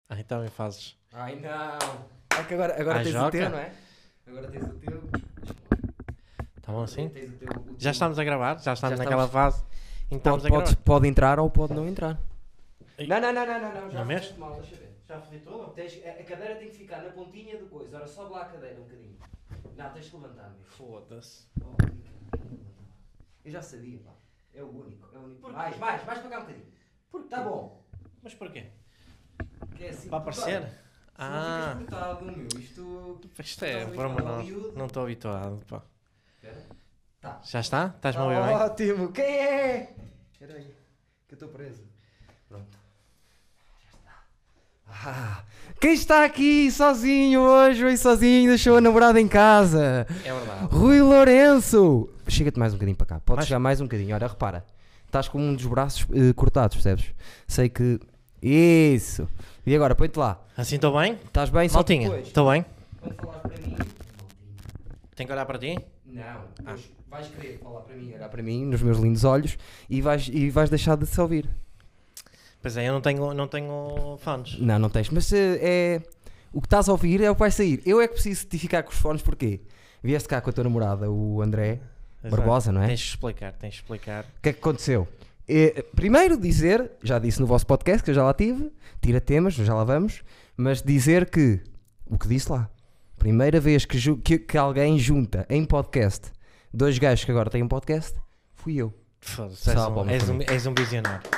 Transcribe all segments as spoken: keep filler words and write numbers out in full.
Ah, então me fazes. Ai não. É que agora, agora Ah, tens joca? o teu, não é? Agora tens o teu. Tá bom assim? Tens o teu, o Já teu- estamos a gravar? Já estamos Já naquela estamos. fase em que estamos Pode, a pode, gravar? pode entrar ou pode não entrar. Ei. Não, não, não, não, não, não. Já Não fizeste mexe? mal, deixa ver. Já fodi tudo? Tens, a, a cadeira tem que ficar na pontinha do coisa. Ora, sobe lá a cadeira um bocadinho. Não, tens de levantar, amigo. Foda-se. Oh, eu já sabia, pá. É o único. É o único. Mais, mais, mais para cá um bocadinho. Tá bom. Mas porquê? Que é assim. Para aparecer? Olha, Ah, se não ficas cortado, meu. Isto. isto é Estás pormenor. habituado ao miúdo? Não estou habituado, pá. Espera. Tá. Já está? Estás-me a ouvir bem? Ótimo. Quem é? Espera aí. Que eu estou preso. Pronto. Já está. Ah, quem está aqui sozinho hoje? Hoje sozinho, deixou a namorada em casa. É verdade. Rui Lourenço. Chega-te mais um bocadinho para cá. Podes Mais- chegar mais um bocadinho. Olha, repara. Estás com um dos braços eh, cortados, percebes? Sei que... Isso. E agora, põe-te lá. Assim estou bem? Estás bem? Só que Maltinha, depois, estou bem? quando falares para mim... Tenho que olhar para ti? Não. Ah. Depois vais querer falar para mim, olhar para mim, nos meus lindos olhos, e vais, e vais deixar de se ouvir. Pois é, eu não tenho, não tenho fones. Não, não tens. Mas eh, é... O que estás a ouvir é o que vai sair. Eu é que preciso de ficar com os fones, porquê? Vieste cá com a tua namorada, o André Exato. Barbosa, não é? Tens de explicar, tens de explicar. O que é que aconteceu? Eh, primeiro dizer, já disse no vosso podcast que eu já lá tive, tira temas, já lá vamos, mas dizer que, o que disse lá, primeira vez que, ju- que, que alguém junta em podcast dois gajos que agora têm um podcast, fui eu. Foda-se, és, Salve, um, homem, és, para um, mim. és um visionário.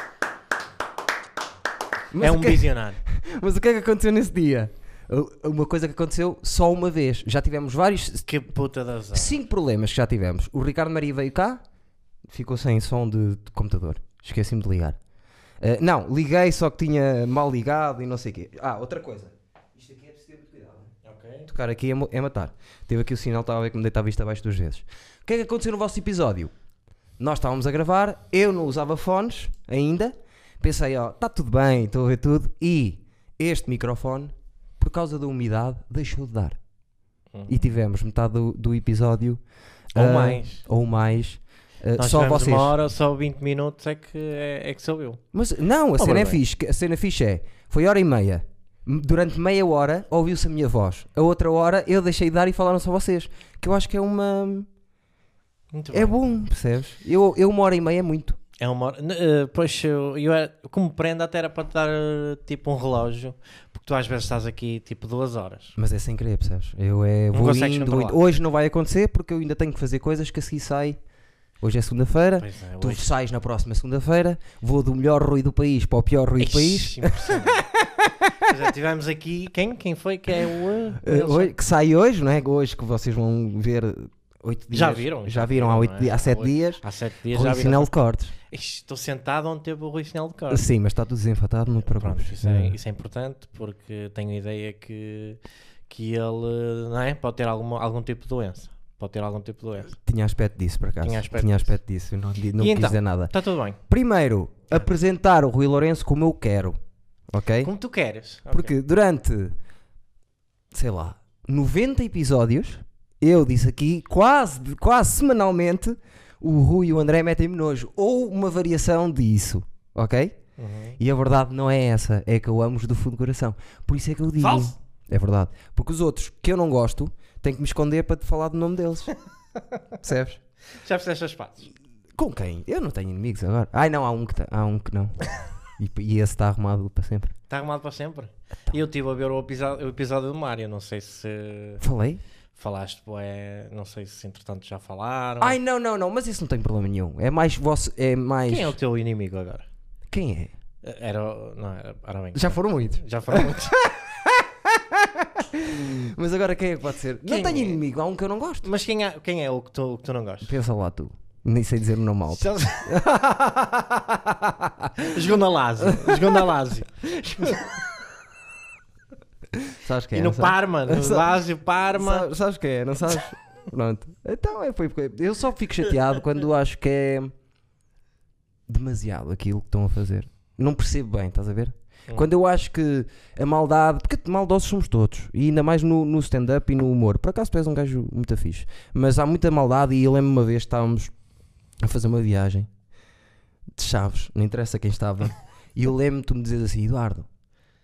Mas, é o um que, visionário. mas o que é que aconteceu nesse dia? Uh, Uma coisa que aconteceu só uma vez. Já tivemos vários, Que puta da azar. cinco problemas que já tivemos. O Ricardo Maria veio cá, ficou sem som de, de computador. Esqueci-me de ligar. Uh, não, liguei, só que tinha mal ligado e não sei o quê. Ah, outra coisa. Isto aqui é preciso ter muito cuidado. Não é? Ok. Tocar aqui é, mo- é matar. Teve aqui o sinal, estava a ver que me deitava isto abaixo duas vezes. O que é que aconteceu no vosso episódio? Nós estávamos a gravar, eu não usava fones ainda. Pensei, ó, está tudo bem, estou a ver tudo. E este microfone, por causa da umidade, deixou de dar. Uhum. E tivemos metade do, do episódio. Ou ah, mais. Ou mais. ah, Nós só tivemos vocês. uma hora, só vinte minutos é que, é, é que se ouviu. Mas não, a cena é bem. fixe. que- A cena fixe é, foi hora e meia. M- Durante meia hora ouviu-se a minha voz. A outra hora eu deixei de dar e falaram só vocês. Que eu acho que é uma... Muito É bem. bom, percebes? Eu, eu uma hora e meia é muito. É uma hora. N- eh, pois eu, eu era, como prenda até era para te dar eh, tipo um relógio, porque tu às vezes estás aqui tipo duas horas. Mas é sem querer, percebes? Eu é, Não vou consegues indo, controlar. indo. Hoje não vai acontecer porque eu ainda tenho que fazer coisas que a seguir sai. Hoje é segunda-feira. Pois é, Tu hoje- sais na próxima segunda-feira. Vou do melhor Rui do país para o pior Rui do país. Ixi, impressionante. Já tivemos aqui. Quem? Quem foi que é o. Eh, hoje- que sai hoje, não é? Hoje que vocês vão ver oito dias. Já viram? Já viram há, oito não é? dias, há sete Oito- dias. Há sete dias Rui já Sinal viram. de cortes. Ixi, Estou sentado onde teve o Rui Sinal de corte. Sim, mas está tudo desenfatado, não te Pronto, preocupes. isso é, isso é importante porque tenho a ideia que, que ele não é? Pode ter alguma, algum tipo de doença. Pode ter algum tipo de doença. Tinha aspecto disso, por acaso. Tinha aspecto Tinha disso. aspecto disso. Eu não, di- não E quis então? dizer nada. Está tudo bem. Primeiro, apresentar o Rui Lourenço como eu quero. Ok? Como tu queres. Ok. Porque durante, sei lá, noventa episódios, eu disse aqui, quase, quase semanalmente, o Rui e o André metem-me nojo. Ou uma variação disso. Ok? Uhum. E a verdade não é essa. É que eu amo-os do fundo do coração. Por isso é que eu digo. Falso! É verdade. Porque os outros que eu não gosto, tenho que me esconder para te falar do nome deles. Percebes? Já fizeste as pazes. Com quem? Eu não tenho inimigos agora. Ai não, há um que, tá- há um que não. E, e esse está arrumado para sempre. Está arrumado para sempre. E eu estive a ver o episódio, o episódio do Mário. Não sei se Falei? falaste, bué, não sei se entretanto já falaram. Ai não, não, não, mas isso não tem problema nenhum. É mais vosso. É mais. Quem é o teu inimigo agora? Quem é? Era. o- Não, era, era bem. Já foram muitos. Já foram muitos. Mas agora quem é que pode ser? Quem não tenho é? inimigo, há um que eu não gosto. Mas quem é, quem é o, que tu, o que tu não gostas? Pensa lá tu. Nem sei dizer o nome alto. Jogou na Lazio. Jogou na Lazio. Sabes quem E é? no não sabes? Parma, no Sa- Lazio, Parma. Sabes, sabes quem é? Não sabes? Pronto. Então é, foi porque eu só fico chateado quando acho que é demasiado aquilo que estão a fazer. Não percebo bem, estás a ver? Hum. Quando eu acho que a maldade, porque maldosos somos todos, e ainda mais no, no stand-up e no humor. Por acaso tu és um gajo muito fixe, mas há muita maldade. E eu lembro uma vez estávamos a fazer uma viagem de Chaves, não interessa quem estava, e eu lembro-me tu me dizes assim: Eduardo,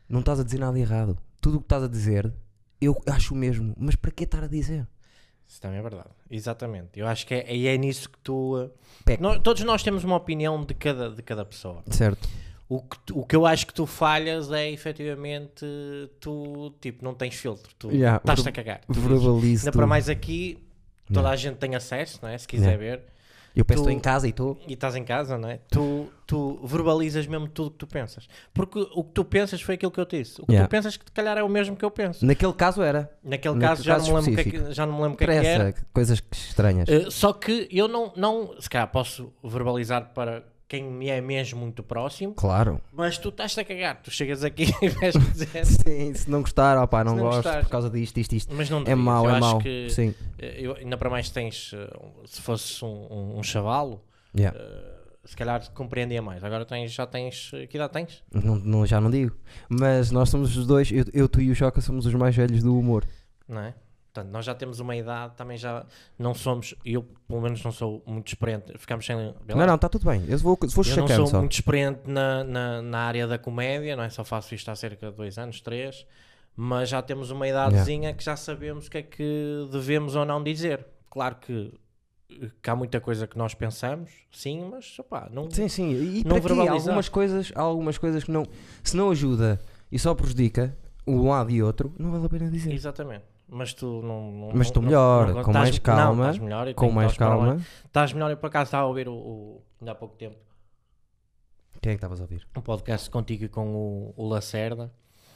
não estás a dizer nada errado. Tudo o que estás a dizer, eu acho o mesmo. Mas para que estar a dizer? Isso também é verdade. Exatamente. Eu acho que é, é nisso que tu... Uh, Peco. nós, todos nós temos uma opinião de cada, de cada pessoa. Certo. O que, tu, o que eu acho que tu falhas é, efetivamente, tu, tipo, não tens filtro. Tu Yeah, estás-te ver- a cagar. Tu dizes, Verbalizo ainda tudo. para mais aqui, toda Yeah. a gente tem acesso, não é? Se quiser Yeah. ver. Eu peço tu- estou em casa e estou... E estás em casa, não é? Tu, tu verbalizas mesmo tudo o que tu pensas. Porque o que tu pensas foi aquilo que eu te disse. O que Yeah. tu pensas que, se calhar, é o mesmo que eu penso. Naquele caso era. Naquele Naquele caso, já caso não, me lembro o que é específico. que, já não me lembro o que é que era. Pressa, coisas que estranhas. Uh, só que eu não, não, se calhar posso verbalizar para quem me é mesmo muito próximo, Claro. mas tu estás-te a cagar. Tu chegas aqui e vais-me dizer, Sim, se não gostar, opá, não, Se não gosto gostares. por causa disto, isto, isto. mas não É digas. mau, eu é acho mau. que, Sim. uh, eu, ainda para mais tens, uh, se fosses um, um, um chavalo, Yeah. uh, se calhar compreendia mais. Agora tens, já tens, uh, que idade tens? Não, não- já não digo. Mas nós somos os dois, eu, eu, tu e o Choca somos os mais velhos do humor. Não é? Portanto, nós já temos uma idade, também já não somos, eu pelo menos não sou muito experiente, ficamos sem... Não, não, está tudo bem. Eu vou, vou Eu não checando sou só. muito experiente na, na, na área da comédia, não é? Só faço isto há cerca de dois anos, três, mas já temos uma idadezinha que já sabemos o que é que devemos ou não dizer. Claro que, que há muita coisa que nós pensamos, sim, mas opá, não... Sim, sim. E Não para quê? Há verbalizar. algumas coisas, há algumas coisas que não, se não ajuda e só prejudica um lado e outro, não vale a pena dizer. Exatamente. Mas tu não... não Mas estou não- melhor, não- com estás- mais calma, Não, estás melhor. e Com tenho que mais dar os parabéns. calma. Estás melhor, eu por acaso estava a ouvir o, o, ainda há pouco tempo, Quem é que estavas a ouvir? um podcast contigo e com o, o Lacerda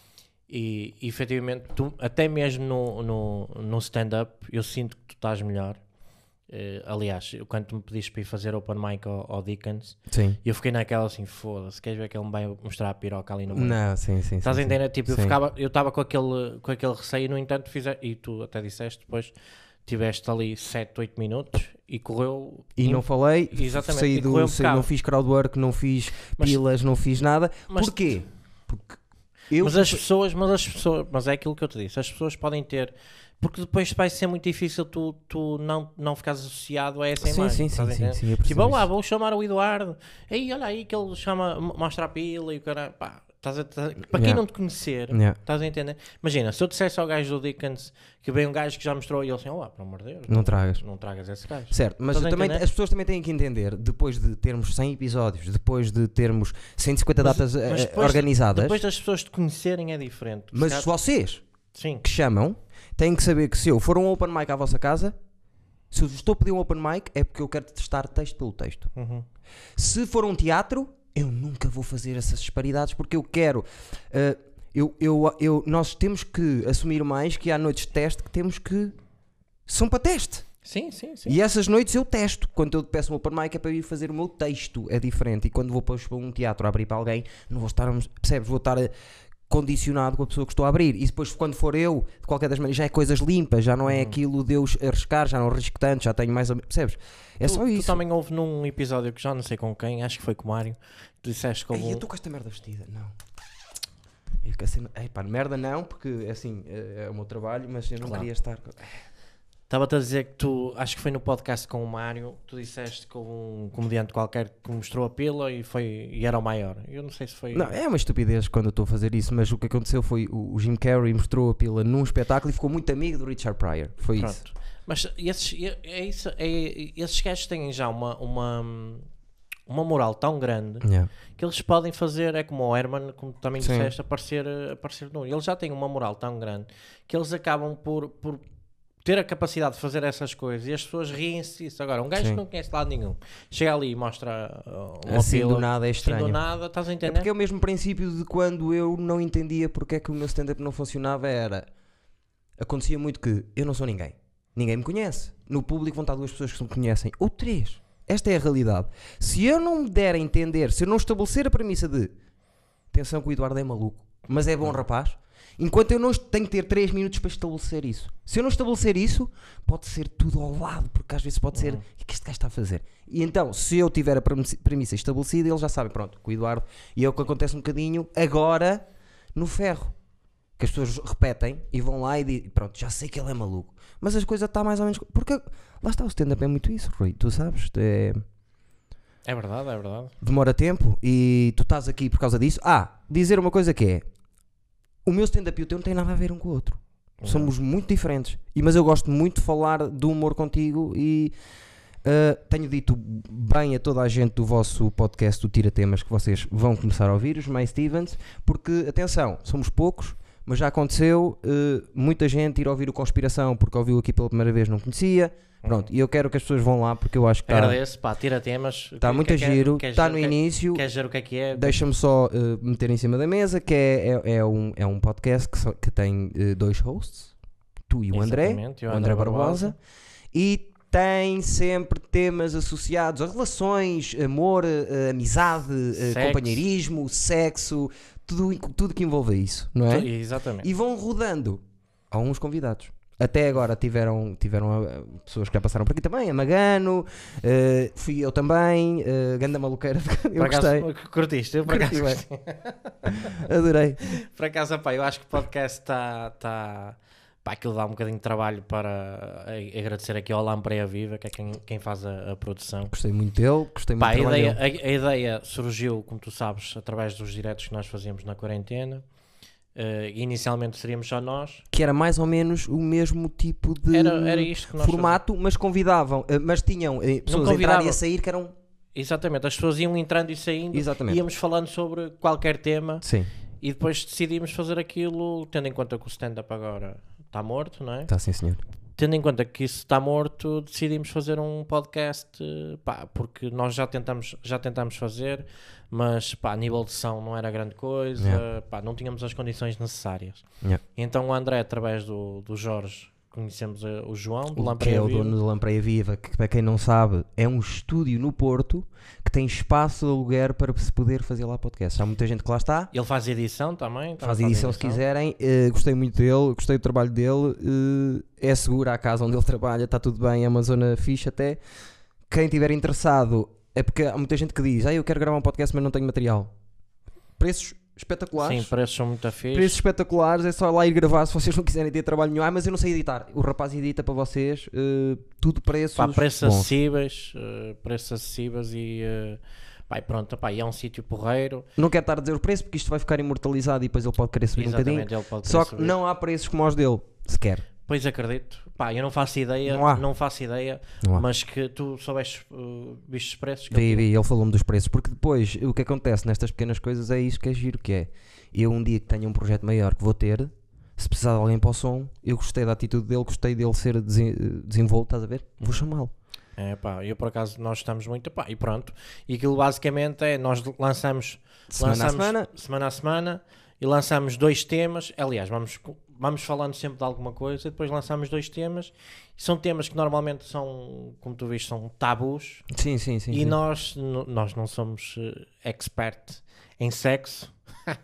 e, e efetivamente tu, até mesmo no, no, no stand-up eu sinto que tu estás melhor. Eh, aliás, eu, quando tu me pediste para ir fazer open mic ao, ao Dickens, Sim. eu fiquei naquela assim, foda-se, queres ver que ele me vai mostrar a piroca ali no meio? Não, sim, sim. Estás sim, a entender? Tipo, eu Sim. ficava, eu estava com aquele, com aquele receio, no entanto, fiz, a- e tu até disseste depois, tiveste ali sete, oito minutos e correu. E im- não falei, Exatamente, saí e do, correu saí, não impecável. fiz crowdwork, não fiz Mas- pilas, não fiz nada. mas- Porquê? Porque eu... Mas as pessoas, mas as pessoas, mas é aquilo que eu te disse, as pessoas podem ter, porque depois vai ser muito difícil tu, tu não, não ficares associado a essa Sim, imagem. sim, estás a sim, sim, entender? sim, eu percebo Tipo, olá, isso. vou chamar o Eduardo, aí olha aí que ele chama, m- mostra a pila e o cara, pá, estás a, estás a- para quem Yeah. não te conhecer, Yeah. estás a entender? Imagina, se eu dissesse ao gajo do Dickens que vem um gajo que já mostrou e ele assim, olá, pelo amor de Deus, Não tragas. não tragas esse gajo. Certo, mas Estás a também, entender? as pessoas também têm que entender, depois de termos cem episódios, depois de termos cento e cinquenta Mas- datas mas eh, depois- organizadas, Depois das pessoas te conhecerem é diferente. Se mas calhar- vocês Sim, que chamam têm que saber que se eu for um open mic à vossa casa, se eu vos estou a pedir um open mic é porque eu quero testar texto pelo texto. uhum. Se for um teatro, eu nunca vou fazer essas disparidades porque eu quero. eh, eu, eu, eu, nós temos que assumir mais que há noites de teste que temos que. São para teste. sim, sim, sim. E essas noites eu testo. Quando eu peço um open mic é para ir fazer o meu texto. É diferente. E quando vou para um teatro a abrir para alguém, não vou estar. Percebes? Vou estar eh, condicionado com a pessoa que estou a abrir. E depois, quando for eu, de qualquer das maneiras, já é coisas limpas. Já não é aquilo de eu arriscar, já não arrisco tanto, já tenho mais. ou- Percebes? É tu, só tu isso. também houve num episódio que já não sei com quem, acho que foi com o Mário, tu disseste que houve Ei, eu um... estou com esta merda vestida. Não. Eu, que assim, ei, pá, merda não, porque assim é, é o meu trabalho, mas eu não Claro. queria estar. com- Estava-te a dizer que tu, acho que foi no podcast com o Mário, tu disseste que houve um comediante qualquer que mostrou a pila e, foi, e era o maior. Eu não sei se foi... Não, é uma estupidez quando eu estou a fazer isso, mas o que aconteceu foi o, o Jim Carrey mostrou a pila num espetáculo e ficou muito amigo do Richard Pryor. Foi isso. Pronto. Mas esses, é, é isso, é, esses gajos têm já uma, uma, uma moral tão grande Yeah. que eles podem fazer, é como o Herman, como tu também Sim. disseste, aparecer, aparecer no. Eles já têm uma moral tão grande que eles acabam por, por ter a capacidade de fazer essas coisas e as pessoas riem-se disso. Agora, um gajo Sim. que não conhece lado nenhum, chega ali e mostra uh, uma Assim pila, do nada é assim estranho. do nada, estás a É entender? porque é o mesmo princípio de quando eu não entendia porque é que o meu stand-up não funcionava. Era. Acontecia muito que eu não sou ninguém. Ninguém me conhece. No público vão estar duas pessoas que me conhecem. Ou três. Esta é a realidade. Se eu não me der a entender, se eu não estabelecer a premissa de atenção que o Eduardo é maluco, mas é bom rapaz, enquanto eu não est- tenho que ter três minutos para estabelecer isso. Se eu não estabelecer isso, pode ser tudo ao lado, porque às vezes pode ser, o que é que este gajo está a fazer? E então, se eu tiver a premissa- premissa estabelecida, eles já sabem, pronto, com o Eduardo, e é o que acontece um bocadinho agora no ferro. Que as pessoas repetem e vão lá e dizem, pronto, já sei que ele é maluco. Mas as coisas estão mais ou menos... Porque lá está, o stand-up é muito isso, Rui, tu sabes, é... É verdade, é verdade. demora tempo e tu estás aqui por causa disso. Ah, dizer uma coisa que é, o meu stand-up e o teu não tem nada a ver um com o outro. Não. Somos muito diferentes. E, mas eu gosto muito de falar do humor contigo e uh, tenho dito bem a toda a gente do vosso podcast, do Tira Temas, que vocês vão começar a ouvir, os May Stevens, porque, atenção, somos poucos, mas já aconteceu uh, muita gente ir ouvir o Conspiração porque ouviu aqui pela primeira vez, não conhecia. Pronto, e eu quero que as pessoas vão lá porque eu acho que está... Agradeço, pá, Tira Temas. Está muito que, giro, que, está no que, início. Queres ver o que é que é? Deixa-me só uh, meter em cima da mesa que é, é, é, um, é um podcast que, só, que tem uh, dois hosts, tu e o André, o o André, André Barbosa, Barbosa, e tem sempre temas associados a relações, amor, uh, amizade, uh, companheirismo, sexo, tudo, tudo que envolve isso, não é? Exatamente. E vão rodando a uns convidados. Até agora tiveram, tiveram uh, pessoas que já passaram por aqui também, a Magano, uh, fui eu também, uh, Ganda Maluqueira, eu por gostei. Acaso, curtiste? Eu por acaso gostei. Adorei. Por acaso, pá, eu acho que o podcast está... Tá, pá, aquilo dá um bocadinho de trabalho para agradecer aqui ao Lampreia Viva, que é quem, quem faz a, a produção. Gostei muito dele, gostei muito pá, do a ideia, dele. A, a ideia surgiu, como tu sabes, através dos diretos que nós fazíamos na quarentena. Uh, inicialmente seríamos só nós, que era mais ou menos o mesmo tipo de era, era isto que nós formato, fazíamos. Mas convidavam, mas tinham uh, pessoas a entrar e a sair que eram... Exatamente, as pessoas iam entrando e saindo. Exatamente. Íamos falando sobre qualquer tema. Sim. E depois decidimos fazer aquilo, tendo em conta que o stand-up agora está morto, não é? Está sim, senhor. Tendo em conta que isso está morto, decidimos fazer um podcast, pá, porque nós já tentamos, já tentamos fazer, mas pá, a nível de som não era grande coisa, yeah. pá, não tínhamos as condições necessárias. Yeah. Então o André, através do, do Jorge, conhecemos o João, do Lampreia Viva. Que é o dono do Lampreia Viva, que para quem não sabe, é um estúdio no Porto que tem espaço de aluguer para se poder fazer lá podcast. Há muita gente que lá está. Ele faz edição também. Faz edição, edição se quiserem. Uh, gostei muito dele, gostei do trabalho dele. Uh, é segura a casa onde ele trabalha, está tudo bem, é uma zona fixe até. Quem estiver interessado, é porque há muita gente que diz, ah, eu quero gravar um podcast mas não tenho material. Preços espetaculares. Sim, preços são muito afixos. Preços espetaculares, é só lá ir gravar se vocês não quiserem ter trabalho nenhum. Ah, mas eu não sei editar. O rapaz edita para vocês, uh, tudo preços pá, preços bons. acessíveis, uh, preços acessíveis e, uh, pá, pronto, pá, é um sítio porreiro. Não quero estar a dizer o preço porque isto vai ficar imortalizado e depois ele pode querer subir Exatamente, um bocadinho. Ele pode só que subir. Não há preços como os dele, sequer. Pois acredito, pá, eu não faço ideia, não, não faço ideia, não mas que tu soubeste, uh, viste os preços? Que vi, ele... vi, ele falou-me dos preços, porque depois o que acontece nestas pequenas coisas é isso que é giro, que é, eu um dia que tenho um projeto maior que vou ter, se precisar de alguém para o som, eu gostei da atitude dele, gostei dele ser desen- desenvolto, estás a ver? Vou chamá-lo. É pá, eu por acaso nós estamos muito, pá, e pronto, e aquilo basicamente é, nós lançamos semana lançamos, a semana, semana a semana, e lançamos dois temas, aliás, vamos... Vamos falando sempre de alguma coisa e depois lançamos dois temas. E são temas que normalmente são, como tu viste, são tabus. Sim, sim, sim. E sim. Nós, n- nós não somos uh, expert em sexo.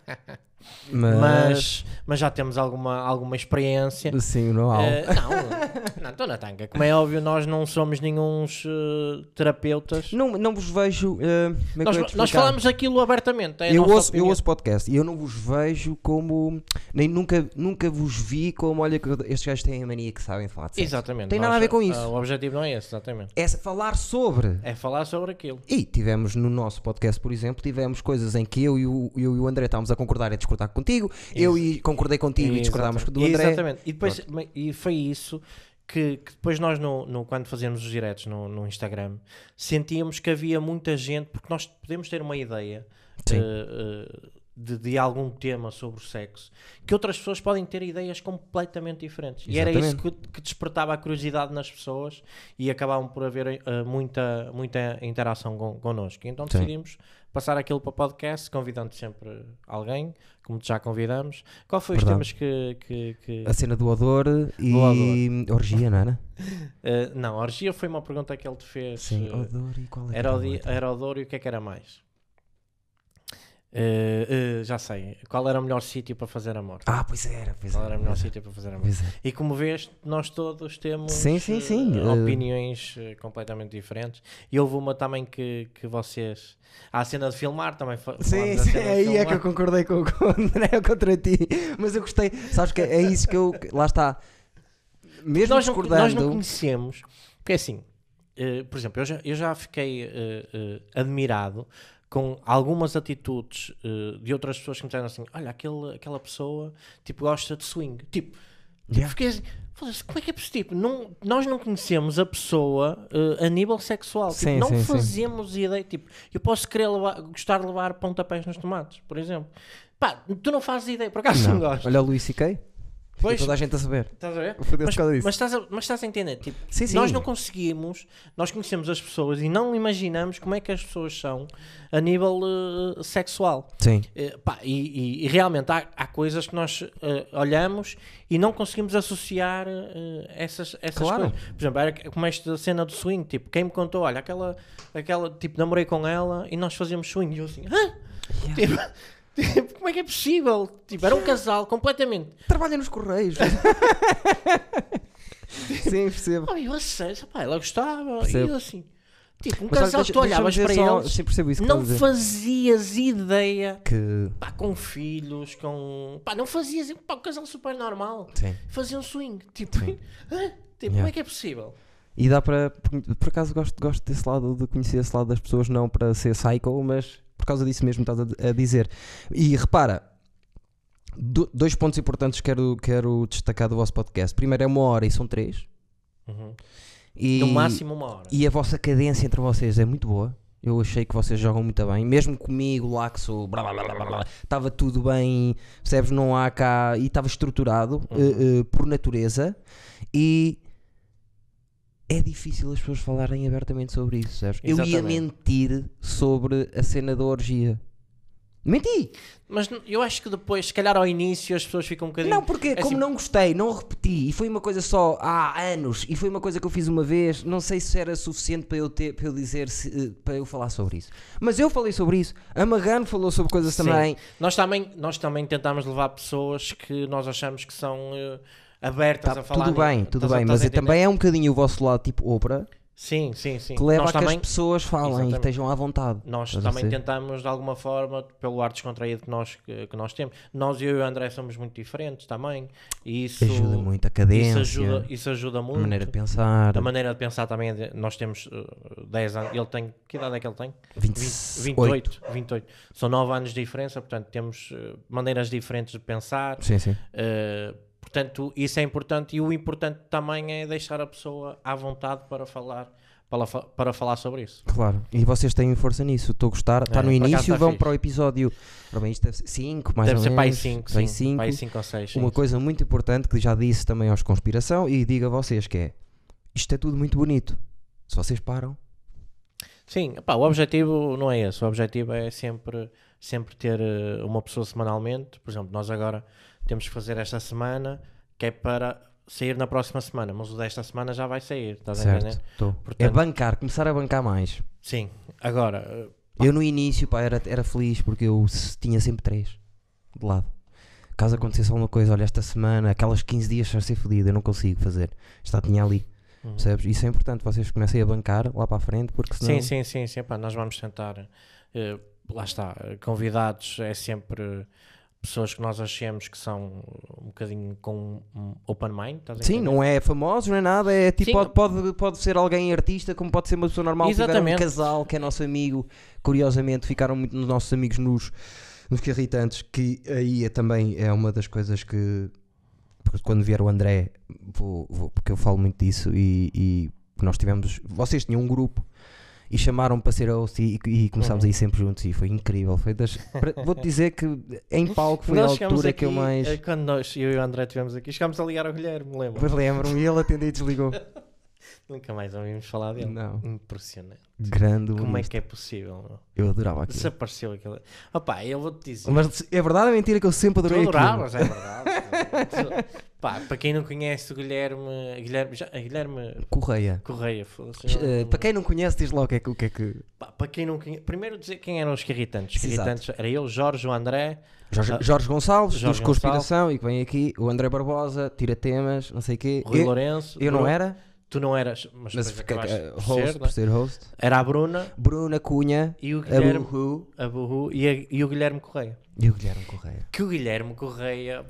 Mas... mas, mas já temos alguma, alguma experiência. Sim, não há. Uh, não, não, estou na tanga. Como é óbvio, nós não somos nenhuns uh, terapeutas. Não, não vos vejo. Uh, nós, nós falamos aquilo abertamente. É eu, ouço, eu ouço podcast e eu não vos vejo como. Nem nunca, nunca vos vi como. Olha, que estes gajos têm a mania que sabem falar de sexo. Exatamente. Tem nós, nada a ver com isso. Uh, o objetivo não é esse, exatamente. É falar sobre. É falar sobre aquilo. E tivemos no nosso podcast, por exemplo, tivemos coisas em que eu e o, eu e o André estávamos a concordar e a discordar contigo. Isso. Eu e concordei contigo Exatamente. E discordámos do André. Exatamente. E, depois, e foi isso que, que depois nós, no, no, quando fazíamos os diretos no, no Instagram, sentíamos que havia muita gente, porque nós podemos ter uma ideia uh, uh, de, de algum tema sobre o sexo, que outras pessoas podem ter ideias completamente diferentes. Exatamente. E era isso que, que despertava a curiosidade nas pessoas e acabavam por haver uh, muita, muita interação con, connosco. Então decidimos Sim. passar aquilo para o podcast, convidando sempre alguém, como já convidamos. Qual foi Verdade. os temas que, que, que... A cena do odor e do odor. Orgia, não era? Uh, não, orgia foi uma pergunta que ele te fez. Sim, uh, odor e qual era, o di- era odor e o que é que era mais? Uh, uh, já sei. Qual era o melhor sítio para fazer amor? Ah, pois era. Pois Qual era, era o melhor pois sítio para fazer amor? É. E como vês, nós todos temos sim, sim, sim. Uh, opiniões uh, completamente diferentes. E houve uma também que, que vocês... Há a cena de filmar também. Fa- sim, sim. Aí é que eu concordei com, com o André contra ti. Mas eu gostei. Sabes que é isso que eu... Lá está. Mesmo nós discordando... Não, nós não conhecemos. Porque assim, uh, por exemplo, eu já, eu já fiquei uh, uh, admirado com algumas atitudes uh, de outras pessoas que me disseram assim, olha, aquele, aquela pessoa tipo, gosta de swing. Tipo, Yeah. fiquei assim, como é que é possível? Tipo, não, nós não conhecemos a pessoa uh, a nível sexual. Tipo, Sim, não sim, fazemos sim. ideia. Tipo, eu posso querer levar, gostar de levar pontapés nos tomates, por exemplo. Pá, tu não fazes ideia, por acaso não, não gostas. Olha o Louis C K. Pois, toda a gente a saber. Estás a ver? Mas, mas, estás a, mas estás a entender? Tipo, sim, sim. Nós não conseguimos, nós conhecemos as pessoas e não imaginamos como é que as pessoas são a nível uh, sexual. Sim. Uh, pá, e, e, e realmente há, há coisas que nós uh, olhamos e não conseguimos associar uh, essas, essas claro. coisas. Por exemplo, era como esta cena do swing. Tipo, quem me contou, olha, aquela, aquela tipo, namorei com ela e nós fazíamos swing. E eu assim, hã? Yeah. Tipo, como é que é possível? Tipo, era um casal completamente. Trabalha nos Correios. Sim, percebo. Oh, eu sei, pá, ela gostava. Percebo. E eu assim, tipo, um mas, casal que tu olhavas para só, eles, sim, percebo isso que não fazias ideia que pá, com filhos, com. Pá, não fazias. Pá, um casal super normal. Sim. Fazia um swing. Tipo, tipo yeah. Como é que é possível? E dá para. Por acaso gosto, gosto desse lado, de conhecer esse lado das pessoas, não para ser psycho, mas por causa disso mesmo estás a, a dizer. E repara, do, dois pontos importantes que quero, quero destacar do vosso podcast. Primeiro é uma hora e são três. Uhum. E, no máximo uma hora. E a vossa cadência entre vocês é muito boa. Eu achei que vocês jogam muito bem. Mesmo comigo lá que sou estava tudo bem, percebes? Não há cá. E estava estruturado uhum. uh, uh, por natureza. E é difícil as pessoas falarem abertamente sobre isso, sabes? Eu ia mentir sobre a cena da orgia. Menti! Mas eu acho que depois, se calhar ao início, as pessoas ficam um bocadinho... Não, porque é como assim... não gostei, não repeti, e foi uma coisa só há anos, e foi uma coisa que eu fiz uma vez, não sei se era suficiente para eu, ter, para eu dizer, se, para eu falar sobre isso. Mas eu falei sobre isso, a Magano falou sobre coisas Sim. também. Nós também. Nós também tentámos levar pessoas que nós achamos que são... Uh... abertas tá, a falar. Tudo bem, tudo bem, mas é, também é um bocadinho o vosso lado tipo Oprah. Sim, sim, sim. Que leva nós a que também, as pessoas falem exatamente. E estejam à vontade. Nós também tentamos, de alguma forma, pelo ar descontraído que nós, que, que nós temos. Nós, eu e o André, somos muito diferentes também. E isso ajuda muito a cadência. Isso ajuda, isso ajuda muito. A maneira de pensar. A maneira de pensar também. É de, nós temos uh, dez anos. Ele tem. Que idade é que ele tem? vinte, vinte, vinte e oito. vinte e oito. São nove anos de diferença, portanto, temos uh, maneiras diferentes de pensar. Sim, sim. Uh, Portanto, isso é importante e o importante também é deixar a pessoa à vontade para falar, para, para falar sobre isso. Claro, e vocês têm força nisso, estou a gostar. Está é, no início, vão para o episódio cinco, mais deve ou ser menos. Deve ser para cinco ou seis. Uma coisa muito importante que já disse também aos Conspiração e digo a vocês que é, isto é tudo muito bonito, se vocês param. Sim, pá, o objetivo não é esse, o objetivo é sempre, sempre ter uma pessoa semanalmente. Por exemplo, nós agora temos que fazer esta semana, que é para sair na próxima semana, mas o desta semana já vai sair, estás a entender? Portanto, é bancar, começar a bancar mais. Sim, agora... Pá. Eu no início, pá, era, era feliz porque eu tinha sempre três de lado. Caso acontecesse alguma coisa, olha, esta semana, aquelas quinze dias a ser fodido, eu não consigo fazer. Já tinha ali. Uhum. Percebes? Isso é importante, vocês comecem a bancar lá para a frente, porque senão... Sim, sim, sim, sim, pá, nós vamos tentar, uh, lá está, convidados é sempre pessoas que nós achemos que são um bocadinho com um open mind, estás a Sim, não é famoso, não é nada, é tipo, pode, pode, pode ser alguém artista, como pode ser uma pessoa normal. Exatamente. Um casal que é nosso amigo, curiosamente ficaram muito nos nossos amigos nos, nos irritantes, que aí é, também é uma das coisas que... Porque quando vier o André, vou, vou, porque eu falo muito disso e, e nós tivemos, vocês tinham um grupo e chamaram-me para ser host e, e começámos uhum. a ir sempre juntos e foi incrível. Foi das, vou-te dizer que em palco foi nós a altura aqui, que eu mais... Quando nós, eu e o André estivemos aqui, chegámos a ligar ao Guilherme, lembro. Pois lembro-me, e ele atendeu e desligou. Nunca mais ouvimos falar dele. Não. Impressionante. Grande Como humorista. É que é possível? Meu? Eu adorava aquilo. Desapareceu aquilo. Opá, eu vou-te dizer. Mas é verdade ou é mentira que eu sempre adorei aquilo? Tu adoravas, aquilo? é verdade. Pá, para quem não conhece o Guilherme... Guilherme, já, Guilherme Correia. Correia. Uh, para quem não conhece, diz logo o que é que... O que, é que... Pá, para quem não conhece... Primeiro dizer quem eram os irritantes. Os irritantes era eu, Jorge, o André... Jorge, Jorge Gonçalves, Jorge dos Conspiração, e que vem aqui. O André Barbosa, tira temas, não sei o quê. Rui eu, Lourenço. Eu não era... Tu não eras, mas, mas depois acabaste uh, por host, ser, por ser host. Era a Bruna, Bruna Cunha, e o Guilherme, a Buhu, a Buhu e, a, e o Guilherme Correia. E o Guilherme Correia. Que o Guilherme Correia,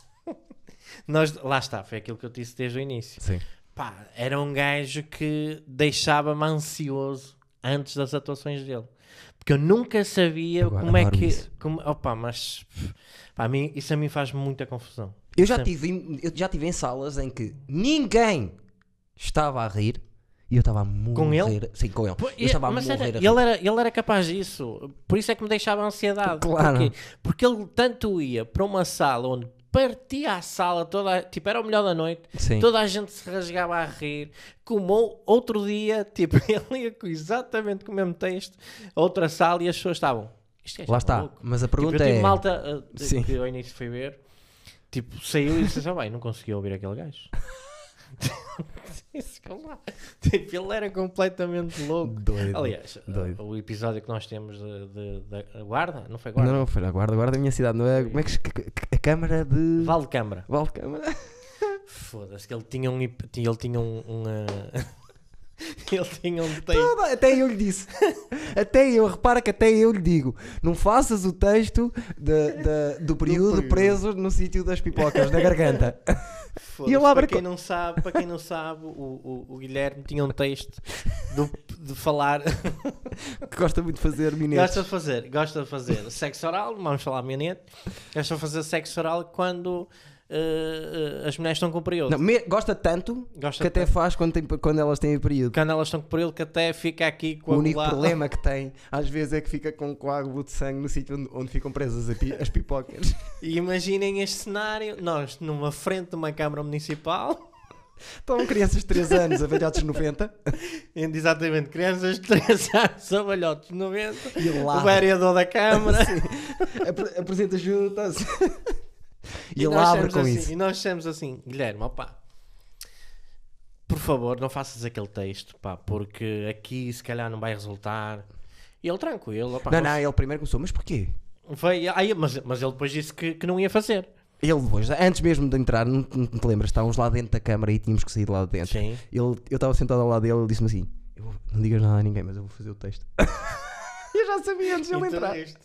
nós, lá está, foi aquilo que eu disse desde o início. Sim. Pá, era um gajo que deixava-me ansioso antes das atuações dele. Porque eu nunca sabia Eu como é adoro que... isso. Como, opa, mas... Pá, a mim, isso a mim faz muita confusão. Eu já, Sempre. tive, em- eu já tive em salas em que ninguém estava a rir e eu estava a morrer. Com ele? Sim, com ele. Pô, Eu estava a mas morrer era, a rir. ele, era, ele era capaz disso. Por isso é que me deixava ansiedade. Claro. Porquê? Porque ele tanto ia para uma sala onde partia a sala toda, tipo, era o melhor da noite, Sim. toda a gente se rasgava a rir, como ou- outro dia, tipo, ele ia com exatamente com o mesmo texto, a outra sala e as pessoas estavam, isto é Lá está. maluco. Mas a Tipo, pergunta eu tive é... malta uh, Sim. que ao início foi ver, tipo, saiu e disse assim, bem, não conseguia ouvir aquele gajo. Disse, "Lá." Tipo, ele era completamente louco. Doido. Aliás, Doido. o episódio que nós temos de, de- da Guarda, não foi Guarda? Não, não, foi a guarda, guarda da minha cidade. Não é? Como é que se- a Câmara de... Val de Câmara. Val de Câmara. Foda-se, que ele tinha um. hip- Ele tinha um. um, uh, ele tinha um texto. Toda- Até eu lhe disse. Até eu, repara que até eu lhe digo. Não faças o texto de- de- do período período. preso no sítio das pipocas, na garganta. Foda-se, E ele abre para quem co- não sabe, para quem não sabe, o, o, o Guilherme tinha um texto do- de falar. Que gosta muito de fazer minetes. Gosta de fazer, gosta de fazer sexo oral, vamos falar minete. Gosta de fazer sexo oral quando uh, uh, as mulheres estão com o período. Não, me- gosta tanto Gosta que até tanto. faz quando, tem- quando elas têm o período. Quando elas estão com o período, que até fica aqui O com único problema que tem, às vezes, é que fica com um coágulo de sangue no sítio onde, onde ficam presas a pi- as pipocas. E imaginem este cenário: nós numa frente de uma Câmara Municipal. Estão crianças de três anos, a velhotes noventa, Exatamente, crianças de três anos, avalhotes noventa, e o lá vereador da Câmara. apre- apresenta juntas. E, E, ele nós abre dissemos com assim, isso. e nós dissemos assim: Guilherme, opá, por favor, não faças aquele texto, pá, porque aqui se calhar não vai resultar. E ele tranquilo, opá, Não, mas não, ele primeiro começou, mas porquê? foi, aí, mas, mas ele depois disse que, que não ia fazer. Ele depois, antes mesmo de entrar, não, não te lembras, estávamos lá dentro da câmara e tínhamos que sair de lá de dentro. Sim. Ele, eu estava sentado ao lado dele e ele disse-me assim: eu vou- não digas nada a ninguém, mas eu vou fazer o texto. Eu já sabia antes de ele E tu entrar. riste.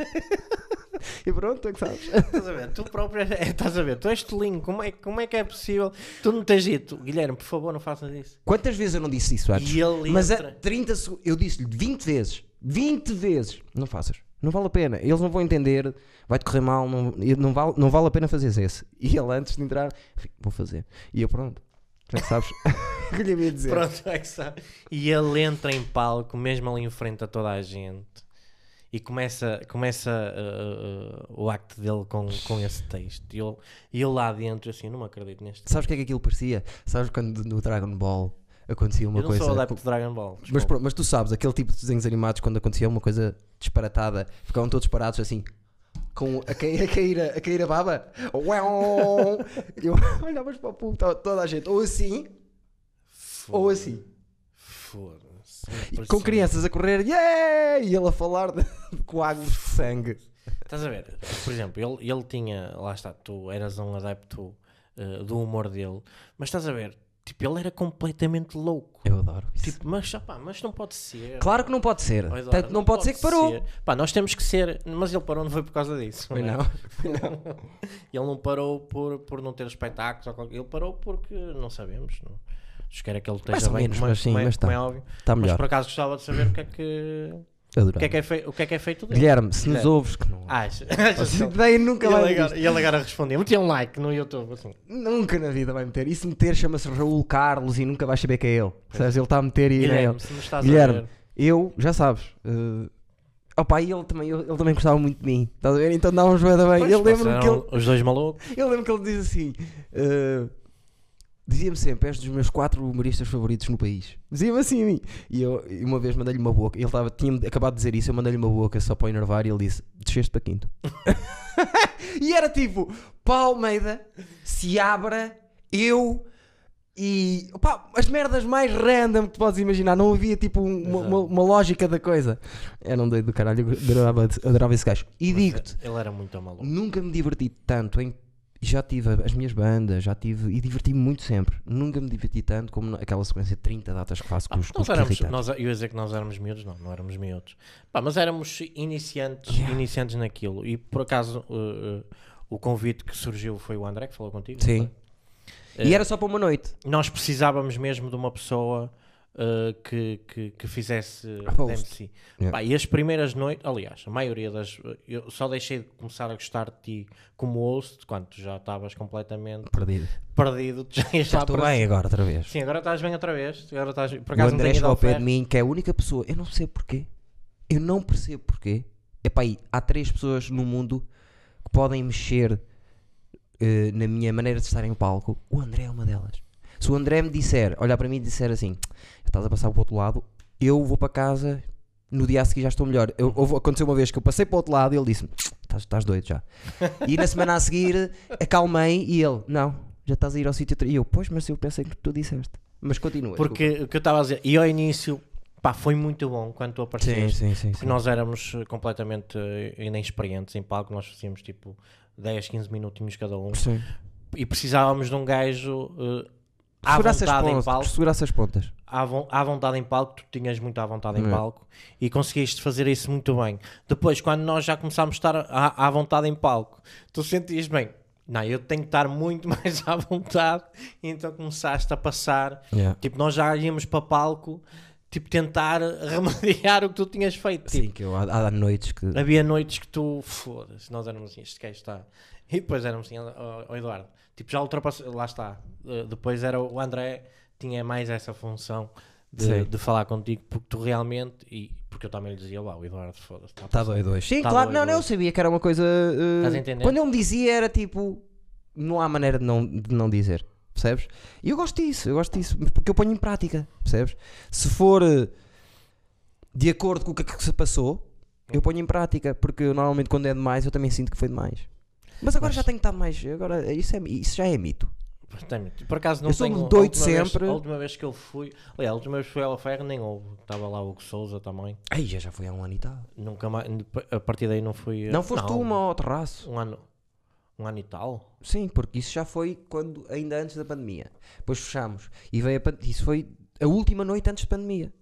E pronto, tu é que sabes. Estás a ver, tu próprio, é, estás a ver, tu és tolinho, como é, como é que é possível? Tu não tens dito, Guilherme, por favor, não faças isso. Quantas vezes eu não disse isso antes? E ele Mas a entra. trinta segundos, eu disse-lhe vinte vezes, vinte vezes, não faças, não vale a pena, eles não vão entender, vai-te correr mal, não, não, vale, não vale a pena fazeres esse. E ele antes de entrar, vou fazer. E eu pronto, já que sabes o que lhe ia dizer. Pronto, é que sabe. E ele entra em palco, mesmo ali em frente a toda a gente, e começa, começa uh, uh, o acto dele com, com esse texto. E eu, e eu lá dentro, assim, não me acredito neste. Sabes o que é que aquilo parecia? Sabes quando no Dragon Ball acontecia uma eu não coisa... sou adepto de Dragon Ball. Mas, desculpa. pronto, mas tu sabes, aquele tipo de desenhos animados, quando acontecia uma coisa disparatada, ficavam todos parados assim, com a cair a, cair a, a, cair a baba. Uau! Eu olhavas para o público, estava toda a gente, ou assim, ou assim. Foda-se. E com crianças a correr, yeah! E ele a falar de, de coágulos de sangue. Estás a ver? Por exemplo, ele, ele tinha, lá está, tu eras um adepto uh, do humor dele, mas estás a ver, tipo, ele era completamente louco. Eu adoro isso. Tipo, mas, opá, mas não pode ser. Claro que não pode ser. Oh, Eduardo, Tanto não, pode ser que parou. ser. Pá, nós temos que ser, mas ele parou não foi por causa disso. Foi é? não. Foi não. Ele não parou por, por não ter espetáculos, ou qualquer... ele parou porque não sabemos. Não. Acho que era que ele Mais esteja ou bem, menos, como, é- mas sim, como é, mas como tá. é óbvio. Está Mas melhor. por acaso gostava de saber o que é que, Adorava. o que, é, que, é, fei, o que, é, que é feito dele. Guilherme, se nos Guilherme. ouves, que não. Acha, achas que Essa ele- ideia nunca e vai ele ver agora, e ele agora respondeu, metia um like no YouTube assim. Nunca na vida vai meter. E se meter, chama-se Raul Carlos e nunca vais saber que é ele. Sabes? Ele está a meter e não é ele. Guilherme, se me estás Guilherme, a ver, eu, já sabes. Uh, opa, e ele também, ele, ele também gostava muito de mim. Estás a ver? Então dávamos bem bem. pois, Eu lembro-me vocês que ele, eram os dois malucos. eu lembro que ele diz assim. uh, Dizia-me sempre, és dos meus quatro humoristas favoritos no país. Dizia-me assim a mim. E eu e uma vez mandei-lhe uma boca. Ele tava, tinha acabado de dizer isso. Eu mandei-lhe uma boca só para o enervar. E ele disse: desceste para quinto. E era tipo: Paulo Almeida, Seabra, eu e. Opá, as merdas mais random que tu podes imaginar. Não havia tipo um- uma, uma, uma lógica da coisa. Era um doido do caralho. Eu adorava, adorava esse gajo. E Mas digo-te: ele era muito maluco. nunca me diverti tanto em. Já tive as minhas bandas, já tive. E diverti-me muito sempre. Nunca me diverti tanto como aquela sequência de trinta datas que faço com Ah, os, com nós os éramos, irritantes. nós, eu ia dizer que nós éramos miúdos, não, não éramos miúdos. Pá, mas éramos iniciantes, Yeah. iniciantes naquilo. E por acaso uh, uh, o convite que surgiu foi o André que falou contigo. não Sim. foi? E Eh, era só para uma noite. Nós precisávamos mesmo de uma pessoa uh, que, que, que fizesse Host. M C. Yeah. Pá, e as primeiras noites, aliás, a maioria das. Eu só deixei de começar a gostar de ti como host quando tu já estavas completamente Perdido. perdido. Tu já ias Já lá estou para bem cima. agora outra vez. Sim, agora estás bem outra vez. Agora estás, por O acaso não André tenho ido chegou ao ao pé de ferro. mim, que é a única pessoa, eu não sei porquê, eu não percebo porquê. Epá, aí, há três pessoas no mundo que podem mexer eh, na minha maneira de estar em palco. O André é uma delas. Se o André me disser, olhar para mim e disser assim, estás a passar para o outro lado, eu vou para casa, no dia a seguir já estou melhor. Eu, houve- aconteceu uma vez que eu passei para o outro lado e ele disse-me, estás, estás doido já. E na semana a seguir acalmei e ele, não, já estás a ir ao sítio. outra-" E eu, pois, mas eu pensei que tu disseste. Mas continua. Porque o que eu estava a dizer, e ao início, pá, foi muito bom quando tu desculpa. apareceste. Sim, sim, sim. Porque sim. nós éramos eh, completamente eh, inexperientes em palco, nós fazíamos tipo dez, quinze minutinhos cada um Sim. e precisávamos de um gajo eh, à Segurasse as vontade em pontas. palco, Segurasse as pontas. à, vo- à vontade em palco, tu tinhas muito à vontade em É. palco e conseguiste fazer isso muito bem. Depois, quando nós já começámos a estar à, à vontade em palco, tu sentias bem, não, eu tenho que estar muito mais à vontade, e então começaste a passar. Yeah. Tipo, nós já íamos para palco, tipo, tentar remediar o que tu tinhas feito. Tipo, Sim, que eu, há, há noites que. havia noites que tu, foda-se, nós éramos assim, este gajo está. E depois éramos assim, ó ó, Eduardo, tipo, já ultrapassou, lá está. Uh, depois era o André, tinha mais essa função de, Sim. de falar contigo, porque tu realmente, e porque eu também lhe dizia, lá, o Eduardo, foda-se, está a Está passar." doido hoje. Sim, Tá claro, doido não, não, eu hoje. sabia que era uma coisa. uh, Estás a entender? Quando ele me dizia era tipo. Não há maneira de não, de não dizer, percebes? E eu gosto disso, eu gosto disso, porque eu ponho em prática, percebes? Se for uh, de acordo com o que, que se passou, eu ponho em prática, porque eu, normalmente quando é demais eu também sinto que foi demais. Mas agora Mas- já tenho que estar mais. Agora, isso, é, isso já é mito. Tem- Por acaso não Eu sou tenho. doido a última vez- sempre. a última vez que eu fui, aliás, a última vez que fui ao ferro nem houve. Estava lá o Hugo Souza também. Aí já, já foi há um ano e tal. Nunca mais, a partir daí não fui. Não foste tu uma ao terraço? Um ano, um ano e tal. Sim, porque isso já foi quando, ainda antes da pandemia. Depois fechámos. E veio a pan- isso foi a última noite antes da pandemia.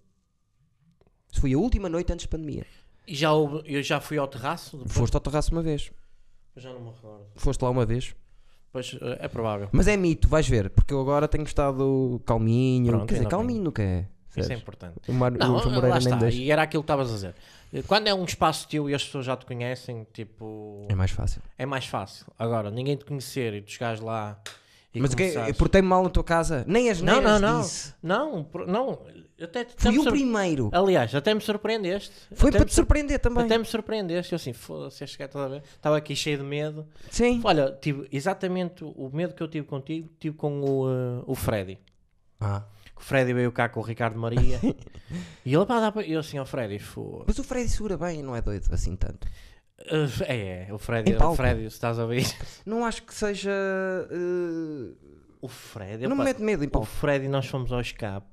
Isso foi a última noite antes da pandemia. E já houve, eu já fui ao terraço. Depois, Foste ao terraço uma vez. eu já não me recordo. Foste lá uma vez. Pois eh, é provável. Mas é mito, vais ver. Porque eu agora tenho estado calminho. Pronto, Quer dizer, ainda bem. calminho nunca é. Isso é Sabes? importante. O, Mar... Não, o João Moreira lá nem está. me deixa. E era aquilo que estavas a dizer. Quando é um espaço teu e as pessoas já te conhecem, tipo, É mais fácil. é mais fácil. Agora, ninguém te conhecer e tu chegares lá e Mas o que começares... portei-me mal na tua casa? Nem as Não, não, neiras não. disse. Não, por- não. Até, até Fui me o sur- primeiro. Aliás, até me surpreendeste. Foi até para me te surpreender também. Até me surpreendeste. Eu assim, foda-se, este gajo, estás a ver? Estava aqui cheio de medo. Sim. Olha, tive exatamente o medo que eu tive contigo, tive com o, uh, o Freddy. Ah. O Freddy veio cá com o Ricardo Maria. E ele, pá, dá para... Eu assim, ó Freddy, foda. Mas o Freddy segura bem, não é doido assim tanto. Uh, é, é, o Freddy, Em o palco. Freddy, se estás a ver. Não acho que seja. uh, O Freddy, Não me opa, mete medo em o palco. Freddy, nós fomos ao escape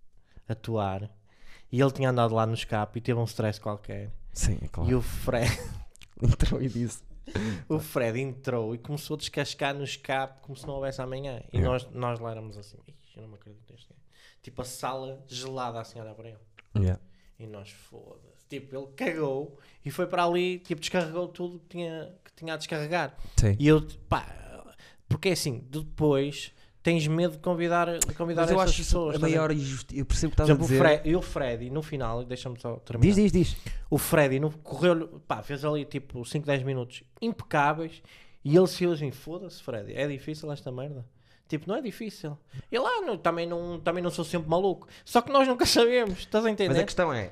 atuar. E ele tinha andado lá no escape e teve um stress qualquer. Sim, é claro. E o Fred, Entrou e disse. o Fred entrou e começou a descascar no escape como se não houvesse amanhã. E Yeah. nós, nós lá éramos assim, "Ixi, eu não me acredito neste gajo." Tipo a sala gelada assim a olhar para ele. Yeah. E nós, foda-se. Tipo, ele cagou e foi para ali, tipo, descarregou tudo que tinha, que tinha a descarregar. Sim. E eu, pá, porque é assim, depois tens medo de convidar, de convidar Mas eu essas acho isso pessoas. a estás a ver? maior injustiça. Eu percebo o que Por estás a exemplo, o dizer. Fred, e o Freddy, no final, deixa-me só terminar. Diz, diz, diz. O Freddy no, correu, pá, fez ali tipo cinco, dez minutos impecáveis e ele se assim, foda-se Freddy, é difícil esta merda. Tipo, não é difícil. E lá, não, também, não, também não sou sempre maluco. Só que nós nunca sabemos, estás a entender? Mas a questão é.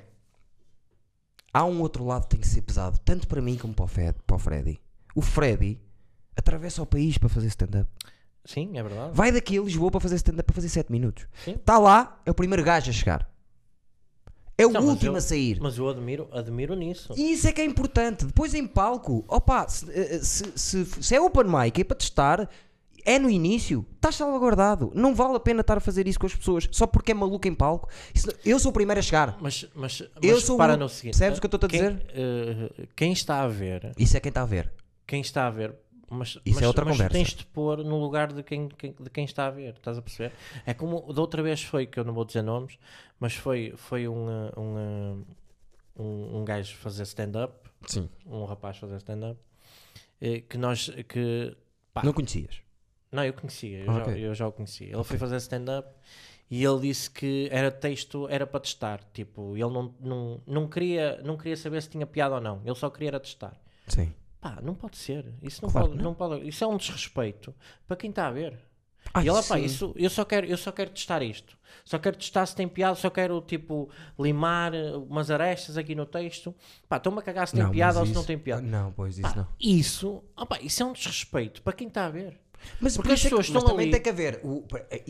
Há um outro lado que tem que ser pesado, tanto para mim como para o, Fred, para o Freddy. O Freddy atravessa o país para fazer stand-up. Sim, é verdade. Vai daqui a Lisboa para fazer stand-up para fazer sete minutos. Sim. Está lá, é o primeiro gajo a chegar. É o Não, mas último eu- a sair. Mas eu admiro, admiro nisso. E isso é que é importante. Depois em palco, opa, se, eh, se, se, se é open mic, é para testar, é no início, estás salvaguardado. Não vale a pena estar a fazer isso com as pessoas só porque é maluco em palco. Isso- eu sou o primeiro a chegar. Mas, mas, mas Eu sou para o- no seguinte. percebes o que eu estou a quem, dizer? eh, quem está a ver, Isso é quem está a ver. quem está a ver, mas, Isso mas, é outra mas conversa. tens de pôr no lugar de quem, quem- de quem está a ver, estás a perceber? É como da outra vez foi, que eu não vou dizer nomes, mas foi, foi um, uh, um, uh, um, um gajo fazer stand-up, Sim. um rapaz fazer stand-up, eh, que nós, que, pá, Não conhecias. Não, eu conhecia, eu, Okay. já, eu já o conhecia. Ele foi fazer stand-up e ele disse que era texto, era para testar. Tipo, ele não, não, não, queria, não queria saber se tinha piada ou não. Ele só queria era testar. Sim. Pá, não pode ser. Isso não, Claro pode, que não. não pode. Isso é um desrespeito para quem está a ver. Ai, e ele, pá, sim. isso, eu, só quero, eu só quero testar isto. Só quero testar se tem piada, só quero, tipo, limar umas arestas aqui no texto. Pá, estou-me a cagar se tem Não, piada mas ou se isso- não tem piada. Não, pois isso Pá, não. isso, ah, pá, isso é um desrespeito para quem está a ver. Mas, Porque por as isso é que- pessoas mas estão também ali- tem que haver. O,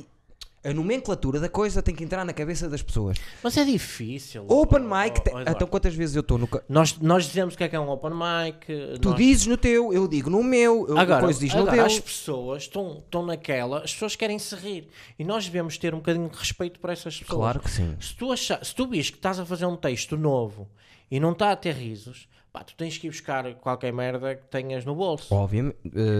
a, a nomenclatura da coisa tem que entrar na cabeça das pessoas. Mas é difícil. Open oh, mic. oh, te- oh, Eduardo. então, quantas vezes eu estou no. ca- nós, nós dizemos o que é que é um open mic. Tu nós... dizes no teu, eu digo no meu, eu Agora, depois diz no agora teu. as pessoas estão, estão naquela, as pessoas querem se rir. E nós devemos ter um bocadinho de respeito por essas pessoas. Claro que sim. Se tu, achar, se tu vês que estás a fazer um texto novo e não está a ter risos, pá, tu tens que ir buscar qualquer merda que tenhas no bolso. Obviamente.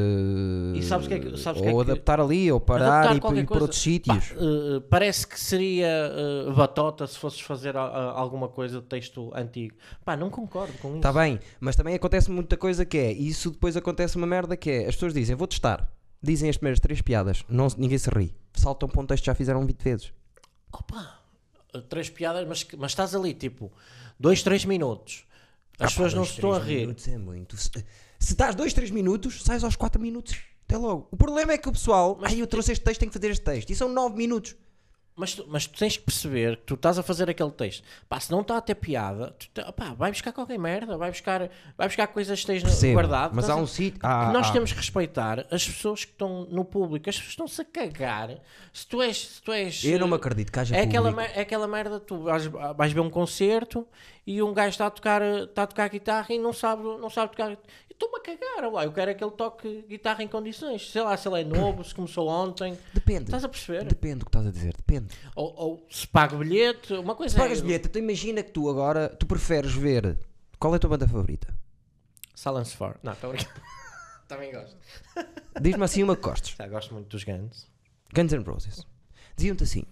eh, E sabes o que é que- sabes o ou que é que- adaptar ali, ou parar Adaptar e, qualquer ir para coisa. outros sítios. Pá, eh, parece que seria eh, batota se fosses fazer a- a- alguma coisa de texto antigo. Pá, não concordo com isso. Está bem, mas também acontece muita coisa que é, e isso depois acontece uma merda que é, as pessoas dizem, vou testar, dizem as primeiras três piadas, não, se- ninguém se ri, saltam para um texto que já fizeram vinte vezes. Opa, três piadas, mas, mas estás ali, tipo, dois, três minutos. As Ah, pessoas pá, não dois, se estão a três rir. minutos é muito. Se, se estás dois, três minutos, sais aos quatro minutos. Até logo. O problema é que o pessoal, Mas ai, eu trouxe este texto, tenho que fazer este texto. E são nove minutos. Mas tu, mas tu tens que perceber que tu estás a fazer aquele texto. Pá, se não está a ter piada, tu te- pá, vai buscar qualquer merda, vai buscar, vai buscar coisas que estejas Percebo, guardado. mas estás há a- um sítio- que há- nós há- temos que respeitar as pessoas que estão no público. As pessoas estão-se a cagar. Se tu és. Se tu és Eu não me acredito que haja é aquela, público. mer- é aquela merda, tu vais, vais ver um concerto e um gajo está a tocar, está a tocar guitarra e não sabe, não sabe tocar. Eu estou-me a cagar, ué, eu quero é que ele toque guitarra em condições. Sei lá, se ele é novo, se começou ontem. Depende. Estás a perceber? Depende do que estás a dizer, depende. Ou, ou se paga bilhete, uma coisa Se pagas é... bilhete, então imagina que tu agora, tu preferes ver, qual é a tua banda favorita? Silence four. Não, estou brincando. Também gosto. Diz-me assim uma que gostes. Já gosto muito dos Guns. Guns N' Roses. Diziam-te assim,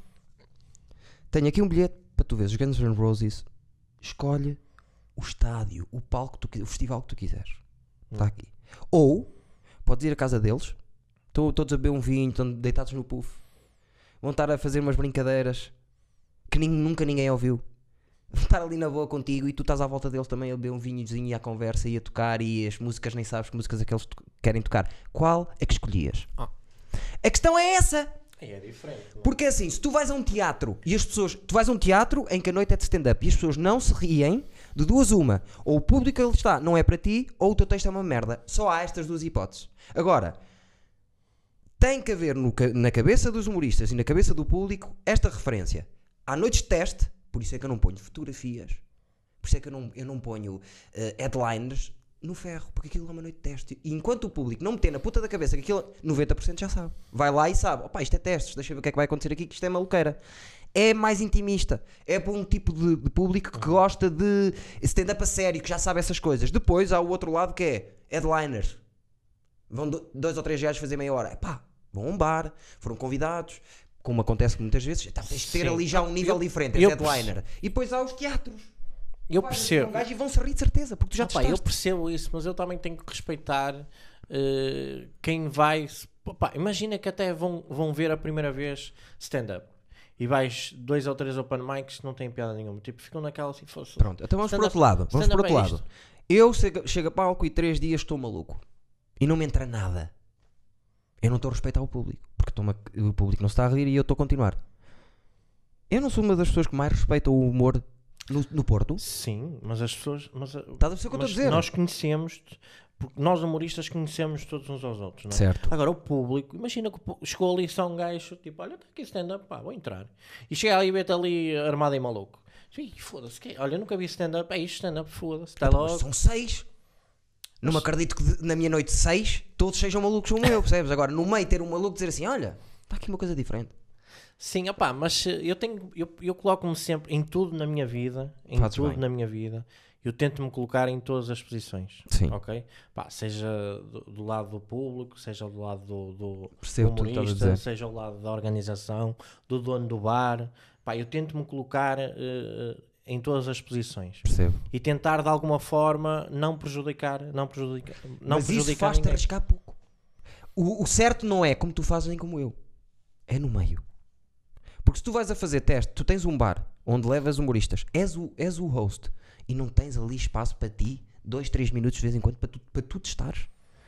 tenho aqui um bilhete para tu veres os Guns N' Roses, escolhe o estádio, o palco, que tu, qui- o festival que tu quiseres. Está aqui. Ou, podes ir à casa deles, estão todos a beber um vinho, estão deitados no puff, vão estar a fazer umas brincadeiras que nin- nunca ninguém ouviu. Vão estar ali na boa contigo e tu estás à volta deles também a beber um vinhozinho e à conversa e a tocar e as músicas nem sabes que músicas é que eles to- querem tocar. Qual é que escolhias? Ah. A questão é essa. É diferente. não é? Porque é assim, se tu vais a um teatro e as pessoas, tu vais a um teatro em que a noite é de stand-up e as pessoas não se riem, de duas uma, ou o público que ali está não é para ti, ou o teu texto é uma merda. Só há estas duas hipóteses. Agora, tem que haver no ca- na cabeça dos humoristas e na cabeça do público esta referência. Há noites de teste, por isso é que eu não ponho fotografias, por isso é que eu não, eu não ponho eh, headliners no ferro, porque aquilo é uma noite de teste. E enquanto o público não meter na puta da cabeça que aquilo, noventa por cento já sabe. Vai lá e sabe, opá, isto é testes, deixa eu ver o que é que vai acontecer aqui, que isto é maluqueira. É mais intimista, é para um tipo de, de público que gosta de stand-up a sério, que já sabe essas coisas. Depois há o outro lado que é headliners. Vão do- dois ou três gajos fazer meia hora. Epá, vão a um bar, foram convidados, como acontece muitas vezes, tá, tens de ter Sim. ali já um nível Eu- diferente, é eu headliner. E depois há os teatros. Eu Vais percebo. um gajo e vão se rir de certeza, porque tu já Ah, pá, eu testaste. percebo isso, mas eu também tenho que respeitar eh, quem vai. Pá, imagina que até vão, vão ver a primeira vez stand-up e vais dois ou três open mics que não têm piada nenhuma. Tipo, ficam naquela assim, fosse. Pronto, então vamos por Stand-up- outro lado. Vamos por stand-up outro é lado. isto. Eu chego, chego a palco e três dias estou maluco. E não me entra nada. Eu não estou a respeitar o público. Porque estou-me a- o público não se está a rir e eu estou a continuar. Eu não sou uma das pessoas que mais respeitam o humor no, no Porto. Sim, mas as pessoas. Mas, Estás a perceber o que eu estou a mas dizer? nós conhecemos, porque nós humoristas conhecemos todos uns aos outros, não é? Certo. Agora o público, imagina que o pu- chegou ali só um gajo, tipo, olha, está aqui stand-up, pá, vou entrar. E chega ali e vê-te ali armado em maluco. Ih, foda-se, que- olha, nunca vi stand-up, é isto, stand-up, foda-se, está Então, mas logo. são seis. Não me acredito que de- na minha noite seis todos sejam malucos como eu, percebes? Agora, no meio ter um maluco dizer assim, olha, está aqui uma coisa diferente. Sim, opá, mas eh, eu tenho, eu, eu coloco-me sempre em tudo na minha vida, em Fazes tudo bem. na minha vida, eu tento-me colocar em todas as posições, Sim. ok? Pá, seja do, do lado do público, seja do lado do, do Percebo o que tu estás a humorista, dizer. seja do lado da organização, do dono do bar, pá, eu tento-me colocar eh, eh, em todas as posições Percebo. e tentar de alguma forma não prejudicar, não prejudicar, não Mas isso prejudicar faz-te ninguém. arriscar pouco. O, o certo não é como tu fazes nem como eu. É no meio. Porque se tu vais a fazer teste, tu tens um bar onde levas humoristas, és o, és o host e não tens ali espaço para ti, dois, três minutos de vez em quando para tu, para tu testares.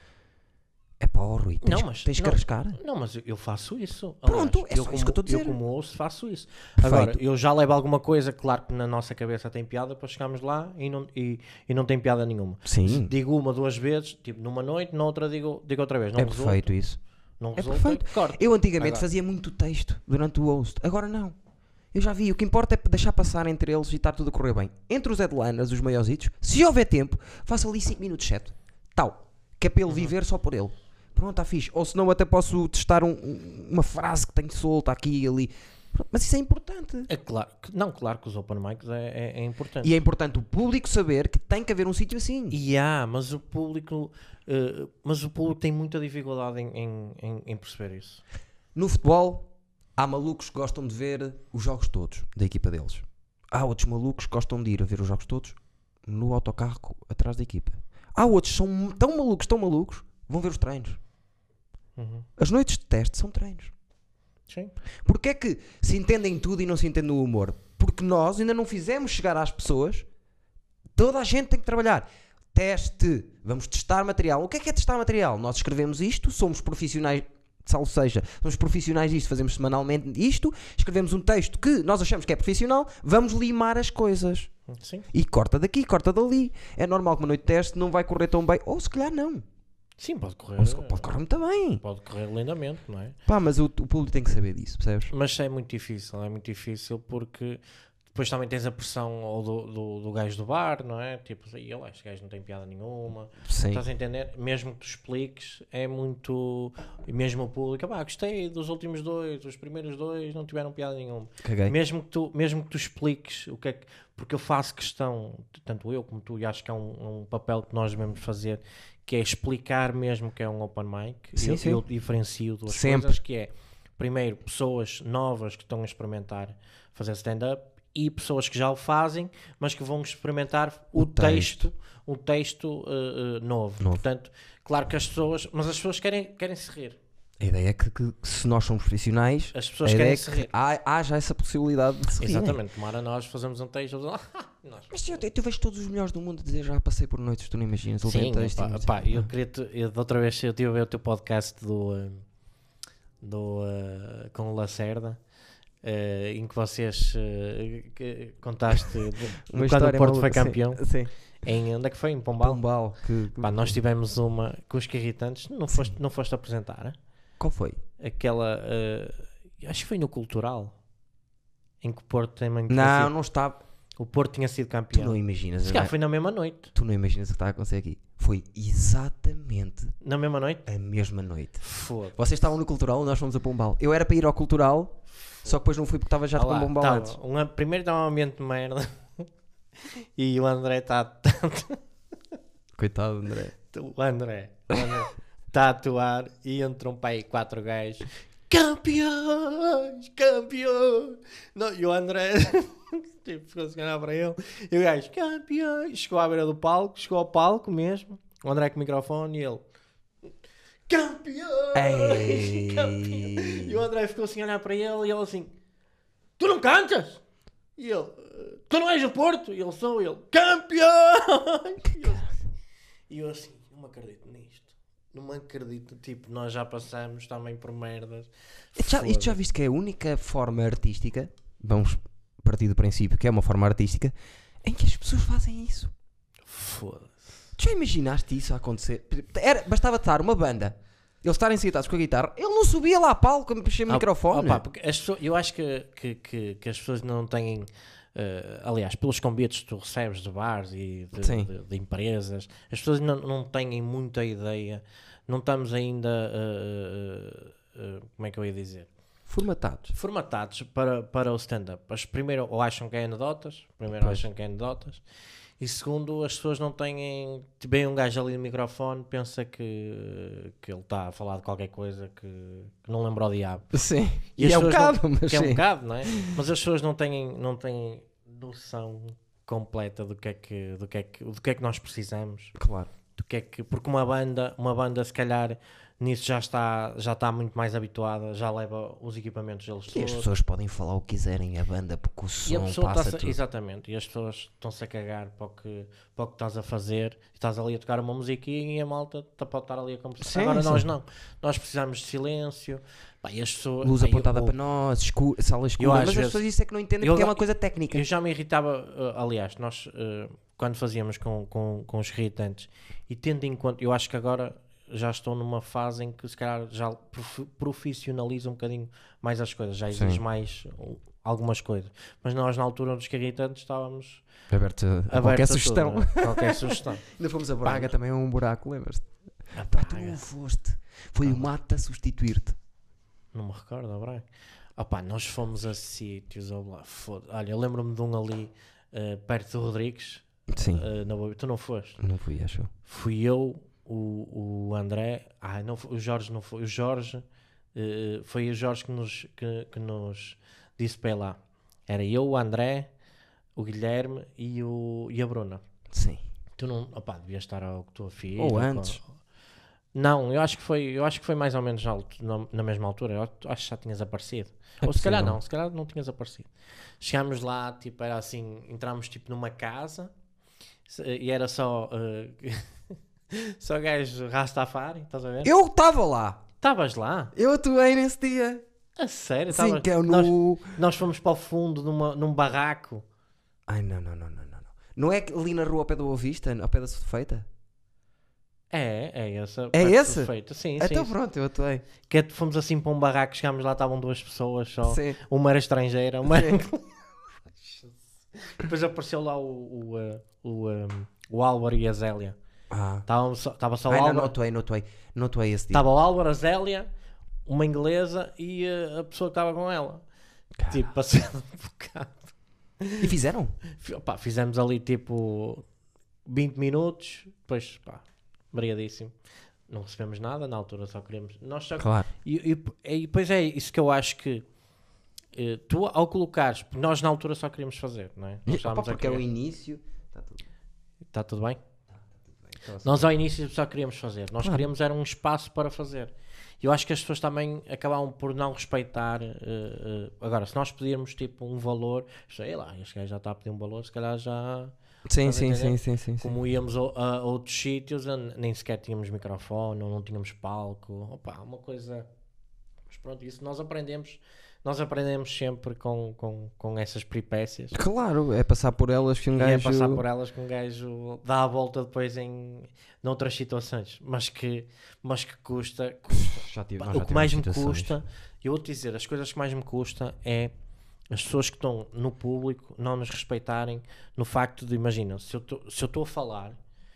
É pá, oh, Rui, tens, Não, mas- tens que não. arriscar. Não, mas eu faço isso. Pronto, Aliás, é só eu isso que eu estou a dizer. Eu como ouço faço isso. Perfeito. Agora, eu já levo alguma coisa, claro que na nossa cabeça tem piada, depois chegamos lá e não, e, e não tem piada nenhuma. Sim. Se digo uma, duas vezes, tipo numa noite, na outra digo, digo outra vez. Não É resulta, perfeito isso. não É resulta, perfeito. corto. Eu antigamente Agora- fazia muito texto durante o host. Agora não. Eu já vi. O que importa é deixar passar entre eles e estar tudo a correr bem. Entre os headliners, os maiorzitos, se houver tempo, faça ali cinco minutos, sete. Tal. Que é para ele Uhum. viver só por ele. Pronto, está fixe. Ou senão até posso testar um- um- uma frase que tenho solta aqui e ali. Pronto, mas isso é importante. É claro que, não, claro que os open mics é, é, é importante. E é importante o público saber que tem que haver um sítio assim. E há, mas o público, eh, mas o público tem muita dificuldade em, em, em- em perceber isso. No futebol, há malucos que gostam de ver os jogos todos da equipa deles. Há outros malucos que gostam de ir a ver os jogos todos no autocarro atrás da equipa. Há outros que são tão malucos, tão malucos, vão ver os treinos. Uhum. As noites de teste são treinos. Sim. Porquê é que se entendem tudo e não se entende o humor? Porque nós ainda não fizemos chegar às pessoas. Toda a gente tem que trabalhar. Teste. Vamos testar material. O que é que é testar material? Nós escrevemos isto, somos profissionais, salvo seja, somos profissionais disto, fazemos semanalmente isto, escrevemos um texto que nós achamos que é profissional, vamos limar as coisas. Sim. E corta daqui, corta dali. É normal que uma noite de teste não vai correr tão bem. Ou se calhar não. Sim, pode correr. Ou se, pode correr muito bem. Pode correr lindamente, não é? Pá, mas o, o público tem que saber disso, percebes? Mas é muito difícil, é muito difícil porque depois também tens a pressão ou do, do, do gajo do bar, não é? Tipo, e ele, este gajo não tem piada nenhuma. Sim. Estás a entender? Mesmo que tu expliques, é muito. e Mesmo o público, pá, gostei dos últimos dois, os primeiros dois não tiveram piada nenhuma. Caguei. Mesmo que, tu, mesmo que tu expliques o que é que. Porque eu faço questão, tanto eu como tu, e acho que é um, um papel que nós devemos fazer, que é explicar mesmo que é um open mic. Sim, eu, sim. eu diferencio duas Sempre. coisas, que é, primeiro, pessoas novas que estão a experimentar fazer stand-up e pessoas que já o fazem, mas que vão experimentar o, O texto. texto, o texto uh, uh, novo. Novo. Portanto, claro que as pessoas, mas as pessoas querem, querem se rir. A ideia é que, que- que se nós somos profissionais, As a pessoas ideia querem é se que rir. há, haja essa possibilidade de se rirem. Exatamente, tomara nós fazemos um texto. Nós. Mas eu, eu vejo todos os melhores do mundo a dizer já passei por noites, tu não imaginas. levei Sim, um texto pá, e não sei- pá, eu queria te, eu, da outra vez eu estive a ver o teu podcast do, uh, do uh, com o Lacerda, uh, em que vocês uh, que contaste de, de Uma quando o história Porto foi maluca, sim, campeão. Sim. Em, onde é que foi? Em Pombal? Pombal. Que, Pá, nós tivemos uma com os Carritantes, não foste, não foste apresentar? Hein? Qual foi? Aquela, uh, acho que foi no Cultural, em que o Porto também tinha Não, sido, não está. o Porto tinha sido Tu campeão. não imaginas. Se não calhar é? foi na mesma noite. Tu não imaginas o que está a acontecer aqui. Foi exatamente Na mesma noite? a mesma noite. Foda-se. Vocês estavam no Cultural, nós fomos a Pombal. Eu era para ir ao Cultural, só que depois não fui porque estava já Ah com lá, Pombal tava, antes. um, primeiro está um ambiente de merda e o André está Coitado, André. o André está a atuar e entram para aí quatro gajos, campeões, campeões, não, e o André tipo, ficou-se a olhar para ele e o gajo, campeões, chegou à beira do palco, chegou ao palco mesmo, o André com o microfone e ele, campeões, Ei. campeões. E o André ficou assim a olhar para ele e ele assim, tu não cantas? E ele, tu não és o Porto? E ele, sou ele, campeões! E eu, e eu assim, não me acredito nisto. Não me acredito. Tipo, nós já passamos também por merdas. Já, isto já Foda-se. viste que é a única forma artística, vamos partir do princípio que é uma forma artística, em que as pessoas fazem isso. Foda-se. Tu já imaginaste isso a acontecer? Era, bastava estar uma banda, eles estarem sentados com a guitarra, ele não subia lá a palco a mexer o Ah, microfone. opa, porque as pessoas- eu acho que, que, que, que as pessoas não têm. eh, aliás, pelos convites que tu recebes de bares e de, Sim. de- de empresas, as pessoas não, não têm muita ideia. Não estamos ainda. eh, eh, eh, como é que eu ia dizer? Formatados. Formatados para, para o stand-up. As primeiro ou acham que é anedotas, primeiro Pois. acham que é anedotas, e segundo, as pessoas não têm. Bem, um gajo ali no microfone pensa que, que ele está a falar de qualquer coisa que, que não lembra o diabo. Sim. E E, as é um pessoas não- bocado, mas Que é um sim. bocado, não é? Mas as pessoas não têm, não têm noção completa do que, é que, do, que é que, do que é que nós precisamos. Claro. Do que é que, porque uma banda, uma banda se calhar nisso já está, já está muito mais habituada, já leva os equipamentos deles E todos. as pessoas podem falar o que quiserem, a banda, porque o E a som pessoa passa tá-se- tudo. exatamente, e as pessoas estão-se a cagar para o, que, para o que estás a fazer, e estás ali a tocar uma musiquinha e a malta tá- pode estar ali a conversar. Sim, Agora nós sim. não, nós precisamos de silêncio, pá, e as pessoas, Luz pá, eu- apontada eu- para nós, escuro, sala escura, às mas as vezes- pessoas isso é que não entendem eu porque é ga- uma coisa técnica. Eu já me irritava, uh, aliás, nós uh, quando fazíamos com, com, com os irritantes, e tendo em conta, eu acho que agora já estou numa fase em que se calhar já prof- profissionalizo um bocadinho mais as coisas, já exige Sim. mais uh, algumas coisas, mas nós na altura dos irritantes estávamos Aberto a, a abertos qualquer a tudo, sugestão. né? Qualquer sugestão. Ainda fomos a Braga, Pá, também é um buraco, lembras-te? Ah, Pá, pá, tu não foste. Foi o Mata substituir-te. não me recordo, Braga. Opá, nós fomos a sítios, oh, lá, foda- olha, eu lembro-me de um ali uh, perto do Rodrigues, Sim, uh, na Boa- tu não foste? não fui, acho. Fui eu, o, o André, ah, não, foi- o Jorge não foi, o Jorge, eh, foi o Jorge que nos, que, que nos disse para ir lá. Era eu, o André, o Guilherme e, o, e a Bruna. Sim. Tu não, opá, devias estar ao tua filha. Ou com- antes. Não, eu acho que foi, eu acho que foi mais ou menos na, altu- na, na mesma altura. Eu acho que já tinhas aparecido. É Ou se calhar possível. não, se calhar não tinhas aparecido. Chegámos lá, tipo, era assim, entramos tipo numa casa se- e era só eh, só gajo Rastafari, estás a ver? Eu estava lá. Estavas lá? Eu atuei nesse dia. A sério? Sim, Tavas- que é nós, no... nós fomos para o fundo numa, num barraco. Ai, não, não, não, não, não. Não, não é ali na rua ao pé da Boa Vista, ao pé da Sudfeita? É, é essa. É esse? Perfeito. Sim, Então sim. pronto, eu atuei. Que é, fomos assim para um barraco, chegámos lá, estavam duas pessoas só. Sim. Uma era estrangeira, uma era... Sim. Depois apareceu lá o, o, uh, o, um, o Álvaro e a Zélia. Ah. Estava só, estava só Ai, o não, Álvaro. não atuei, não atuei. Não atuei esse dia. Estava o Álvaro, a Zélia, uma inglesa e uh, a pessoa que estava com ela. Cara. Tipo, passando um bocado. E fizeram? F- Pá, fizemos ali tipo vinte minutos, depois pá, brigadíssimo. Não recebemos nada, na altura só queríamos. Nós só... Claro. e, e, e depois é isso que eu acho que eh, tu ao colocares, porque nós na altura só queríamos fazer, não é? Nós Opa, estávamos a porque é o querer. início. Está tudo Está tudo bem? bem. Nós ao início só queríamos fazer, nós Claro. queríamos era um espaço para fazer. E eu acho que as pessoas também acabavam por não respeitar. eh, eh, agora, se nós pedirmos tipo um valor, sei lá, este gajo já está a pedir um valor, se calhar já. Sim, Estás a sim, entender? sim, sim, sim, sim. Como íamos a, a outros sítios, a- nem sequer tínhamos microfone, ou não tínhamos palco. Opa, uma coisa. Mas pronto, isso nós aprendemos. Nós aprendemos sempre com, com, com essas peripécias. Claro, é passar por elas que um E gajo... é passar por elas que um gajo dá a volta depois em noutras situações, mas que, mas que custa, custa. Já tive, Pá, nós já o que mais me tivemos situações. custa, eu vou-te dizer, as coisas que mais me custa é as pessoas que estão no público não nos respeitarem no facto de, imagina, se eu tô- se eu estou a falar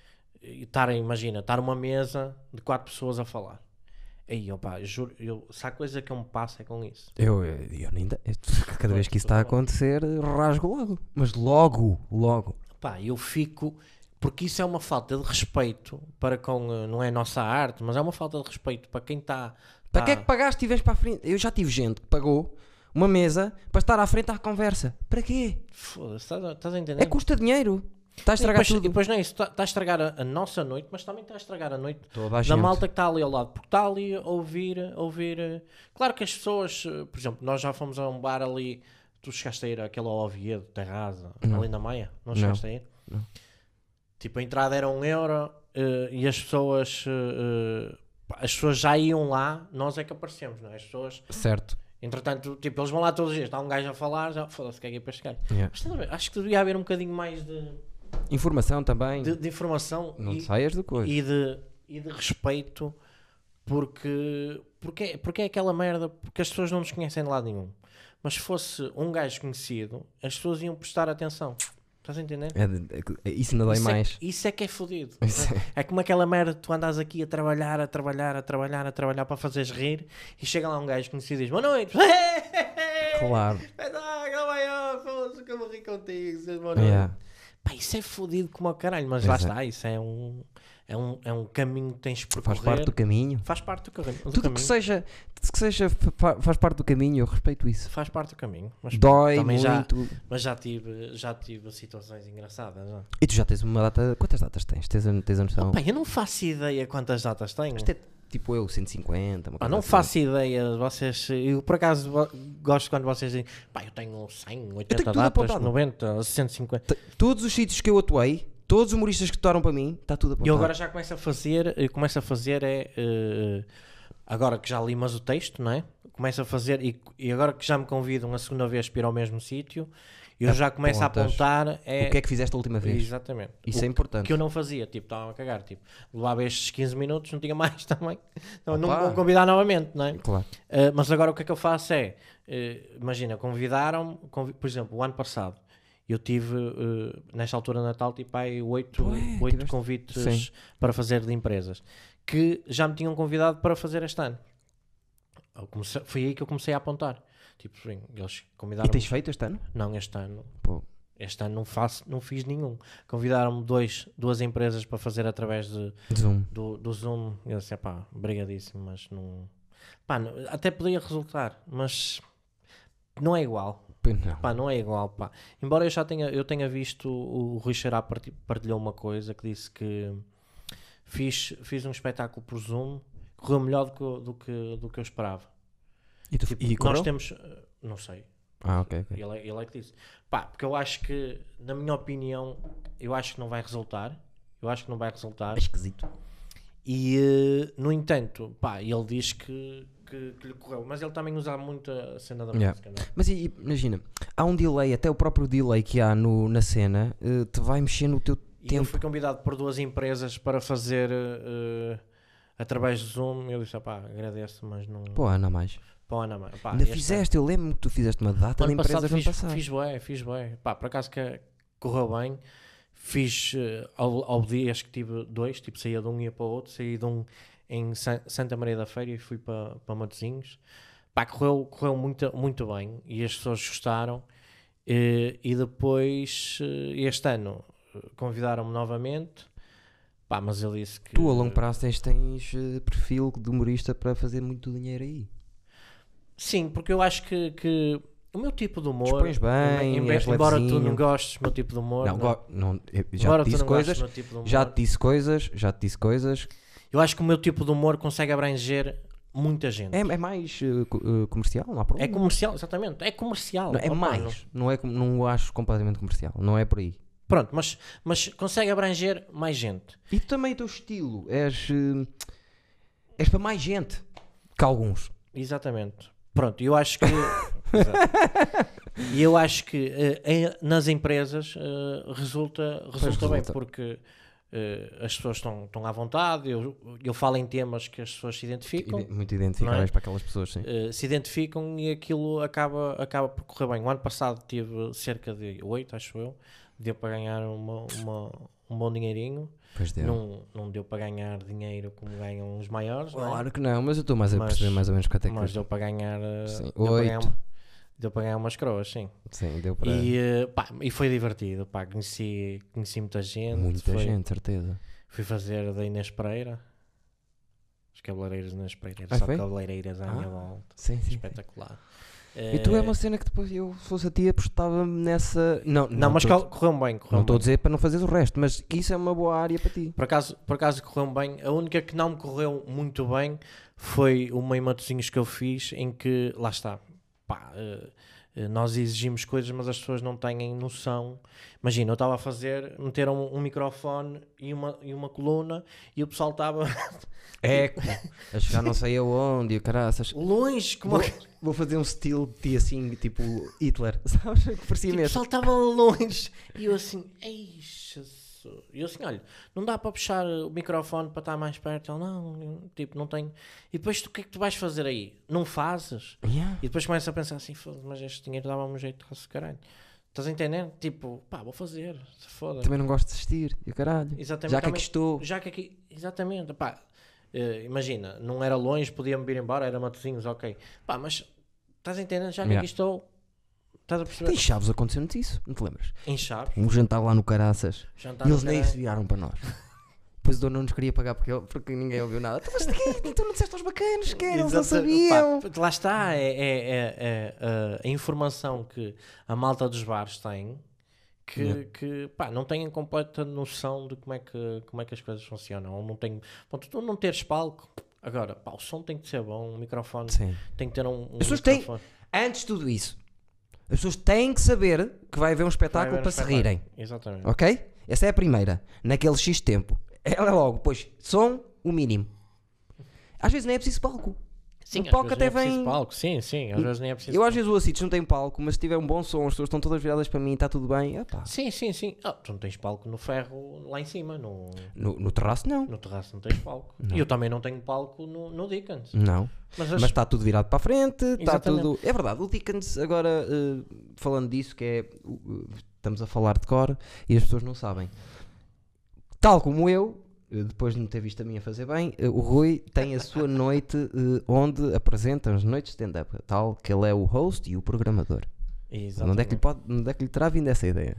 e estar, imagina, estar uma mesa de quatro pessoas a falar. Aí, opa, juro, eu, se há coisa que eu me passo é com isso. Eu, eu, eu nem... eu- Cada vez que isso está a acontecer, rasgo logo. Mas logo, logo. Pá, eu fico... Porque isso é uma falta de respeito para com... eh, Não é a nossa arte, mas é uma falta de respeito para quem está... Para que é que pagaste e vês para a frente? Eu já tive gente que pagou uma mesa para estar à frente à conversa. Para quê? Foda-se, estás a, estás a entender? É custa dinheiro. Está a E estragar depois, e tudo. depois não é isso, está, está a estragar a, a nossa noite, mas também está a estragar a noite Toda a da gente. malta que está ali ao lado, porque está ali a ouvir, a ouvir. eh, Claro que as pessoas, eh, por exemplo, nós já fomos a um bar ali, tu chegaste a ir àquele ao Oviedo, Terraza, Não. ali na Maia, não Não. chegaste a ir? Não. Tipo, a entrada era um euro eh, e as pessoas, eh, eh, pá, as pessoas já iam lá, nós é que aparecemos, não é? As pessoas, Certo. entretanto, tipo, eles vão lá todos os dias, está um gajo a falar, já foda-se, que é que é para este gajo. Yeah. Mas estás a ver? Acho que devia haver um bocadinho mais de, Informação também. de, de informação Não e, te saias do coisa. e de, e de respeito, porque, porque, porque é aquela merda, porque as pessoas não nos conhecem de lado nenhum. Mas se fosse um gajo conhecido, as pessoas iam prestar atenção. Estás a entender? É de- é- isso não dói Isso é, mais. que- isso é que é fodido. Isso é- É como aquela merda que tu andas aqui a trabalhar, a trabalhar, a trabalhar, a trabalhar para fazeres rir e chega lá um gajo conhecido e diz: boa noite! Claro. Espetáculo, maior, foda-se que eu vou rir contigo. diz, Boa noite. Yeah. Pá, isso é fodido como ao caralho, mas Pois lá é. está, isso é um, é um, é um caminho que tens de percorrer. Faz parte do caminho. Faz parte do caminho. do Tudo que caminho. seja, tudo que seja fa- faz parte do caminho, eu respeito isso. Faz parte do caminho. Mas, Dói também já, muito. mas já tive, já tive situações engraçadas. Já. E tu já tens uma data. Quantas datas tens? Tens a, tens a noção? Pá, eu não faço ideia quantas datas tenho. Mas te- tipo eu, cento e cinquenta, uma Ah, coisa não assim. faço ideia, vocês, eu por acaso vo- gosto quando vocês dizem, pá, eu tenho cem, oitenta tudo datas, apontado. noventa, cento e cinquenta. T- Todos os sítios que eu atuei, todos os humoristas que tocaram para mim, está tudo E apontado. eu agora já começo a fazer, eu começo a fazer é, eh, agora que já li mas o texto, não é? Começo a fazer, e, e agora que já me convidam a segunda vez para ir ao mesmo sítio, eu já começo a Apontas apontar. É, O que é que fizeste a última vez? Exatamente. Isso O é importante. que eu não fazia, tipo, estava a cagar, tipo, levava estes quinze minutos, não tinha mais também. Então, não Opa. vou convidar novamente, não é? Claro. Uh, mas agora o que é que eu faço é, uh, imagina, convidaram-me, convi- por exemplo, o ano passado, eu tive, uh, nesta altura de Natal, tipo, aí oito, Ué, oito tiveste- convites Sim. para fazer de empresas, que já me tinham convidado para fazer este ano. Eu comecei- foi aí que eu comecei a apontar. Tipo, bem, eles E convidaram-me. tens feito este ano? Não, este ano. Pô. Este ano não, faço, não fiz nenhum. Convidaram-me dois, duas empresas para fazer através de, Zoom. do, do Zoom. Eu disse, pá, obrigadíssimo, mas não... Pá, não- até podia resultar, mas não é igual. Pois não. Pá, não é igual, pá. Embora eu já tenha, eu tenha visto, o Rui Xará parti- partilhou uma coisa que disse que fiz, fiz um espetáculo por Zoom, correu melhor do que, eu- do que, do que eu esperava. E, tu, Tipo, e nós correu? temos, eh, não sei, Ah, ok, ok. ele, é- ele é que disse. Pá, porque eu acho que, na minha opinião, eu acho que não vai resultar. Eu acho que não vai resultar. É esquisito. E, eh, no entanto, pá, ele diz que, que, que lhe correu. Mas ele também usa muito a cena da Yeah. música, não é? Mas e- e, imagina, há um delay, até o próprio delay que há no, na cena, eh, te vai mexer no teu E eu tempo. fui convidado por duas empresas para fazer eh, através do Zoom. Eu disse, pá, agradeço, mas não... Pô, Ana, mais. Pô, não, mas, pá, Ainda este fizeste, eu lembro-me que tu fizeste uma data de ano passado empresas no fiz, passado. fiz bué, fiz bué. Pá, por acaso que correu bem. Fiz, eh, ao, ao dia, acho que tive dois, tipo, saía de um e ia para o outro. Saí de um em San- Santa Maria da Feira e fui para, para Matosinhos. Pá, correu, correu muito, muito bem e as pessoas gostaram. Eh, e depois, eh, este ano, eh, convidaram-me novamente. Pá, mas ele disse que... Tu a longo prazo tens, tens eh, perfil de humorista para fazer muito dinheiro aí. Sim, porque eu acho que, que o meu tipo de humor... Dispões bem, em- és embora tu levezinho. não gostes do meu tipo de humor... Não, não. go- não, eu já Embora te tu disse não gostes coisas, do meu tipo de humor, já te disse coisas, já te disse coisas. eu acho que o meu tipo de humor consegue abranger muita gente. É, é mais eh, co- eh, comercial, não há problema. É comercial, exatamente, é comercial. Não, é Opa, mais, não é com- não o acho completamente comercial, não é por aí. não- Pronto, mas, mas consegue abranger mais gente. E tu também o teu estilo, és, eh, és para mais gente que alguns. Exatamente. Pronto, eu acho que... Exato. E eu acho que eh, em- nas empresas eh, resulta, resulta bem, resulta. porque eh, as pessoas estão, estão à vontade, eu, eu falo em temas que as pessoas se identificam, Ide- Muito identificáveis não é? para aquelas pessoas, sim. eh, se identificam e aquilo acaba, acaba por correr bem. O ano passado tive cerca de oito, acho eu, deu para ganhar uma, uma- um bom dinheirinho. Pois deu. Não, não deu para ganhar dinheiro como ganham os maiores, não é? Claro que não, mas eu estou mais a Mas- perceber mais ou menos quanto é que Mas deu para ganhar, eh, Sim, deu para ganhar, oito. uma- deu para ganhar umas croas, sim. Sim, deu para E, eh, pá, e foi divertido, pá, conheci, conheci muita gente. muita foi- gente, certeza. Fui fazer da Inês Pereira, os cabeleireiros da Inês Pereira, Ah, só foi? cabeleireiras à Ah, minha volta, Sim, sim, sim. espetacular. E tu é Eh, uma cena que depois eu, se fosse a ti, apostava-me nessa. Não, Não, mas tô- cal- correu bem, correu não estou a bem. dizer para não fazeres o resto, mas isso é uma boa área para ti. Por acaso, por acaso correu bem. A única que não me correu muito bem foi uma em Matosinhos que eu fiz, em que, lá está, pá, eh, eh, nós exigimos coisas, mas as pessoas não têm noção. Imagina, eu estava a fazer, meteram um, um microfone e uma, e uma coluna e o pessoal estava É, a chegar não sei aonde, e caraças. longe, como Vou, vou fazer um estilo de ti assim, tipo Hitler, sabes? Que parecia tipo, o mesmo. pessoal estava longe e eu assim, ei, Jesus. E eu assim, olha, não dá para puxar o microfone para estar mais perto. Ele, não, eu, tipo, não tenho. E depois tu, o que é que tu vais fazer aí? Não fazes? Yeah. E depois começa a pensar assim, foda, mas este dinheiro dava-me um jeito de raço, caralho. Estás a entender? Tipo, pá, vou fazer, se foda. Também não gosto de assistir, e o caralho. Exatamente. Já que também- aqui estou. Já que aqui, exatamente, pá, eh, imagina, não era longe, podia-me vir embora, era Matosinhos, ok. Pá, mas estás a entender? Já que Yeah. aqui estou, estás a perceber? Tem chaves acontecendo isso, não te lembras? Em Chaves, Um jantar lá no Caraças jantar e no eles nem caralho. se viraram para nós. Depois o dono não nos queria pagar porque, ele- porque ninguém ouviu nada. Tu, mas de quê? Tu não disseste aos bacanos que eles não Exato, sabiam. pá, lá está, é, é- é- é, uh, a informação que a malta dos bares tem que, Yeah. que pá, não têm completa noção de como é que, como é que as coisas funcionam. Ou não tem, pronto, tu não teres palco, Agora, pá, o som tem que ser bom, o microfone Sim. tem que ter um, um As pessoas têm, microfone. antes de tudo isso, as pessoas têm que saber que vai haver um espetáculo Vai haver um para se espetáculo. rirem. Exatamente. Ok? Essa é a primeira. Naquele X tempo. Ela é logo, pois, som, o mínimo. Às vezes nem é preciso palco. Sim, o às palco vezes até nem é preciso vem... palco. Sim, sim, às vezes nem é preciso Eu às palco. vezes vou a sítios, não tenho palco, mas se tiver um bom som, as pessoas estão todas viradas para mim, está tudo bem. Epá. Sim, sim, sim. Ah, tu não tens palco no ferro lá em cima, no, No, no terraço não. no terraço não tens palco. E eu também não tenho palco no, no Dickens. Não. Mas, Mas está tudo virado para a frente, está Exatamente. tudo... É verdade, o Dickens agora, uh, falando disso, que é... Uh, estamos a falar de cor e as pessoas não sabem. Tal como eu, depois de me ter visto a minha fazer bem, uh, o Rui tem a sua noite uh, onde apresenta as noites de stand-up. Tal que ele é o host e o programador. Exatamente. Onde é, que lhe pode, onde é que lhe terá vindo essa ideia?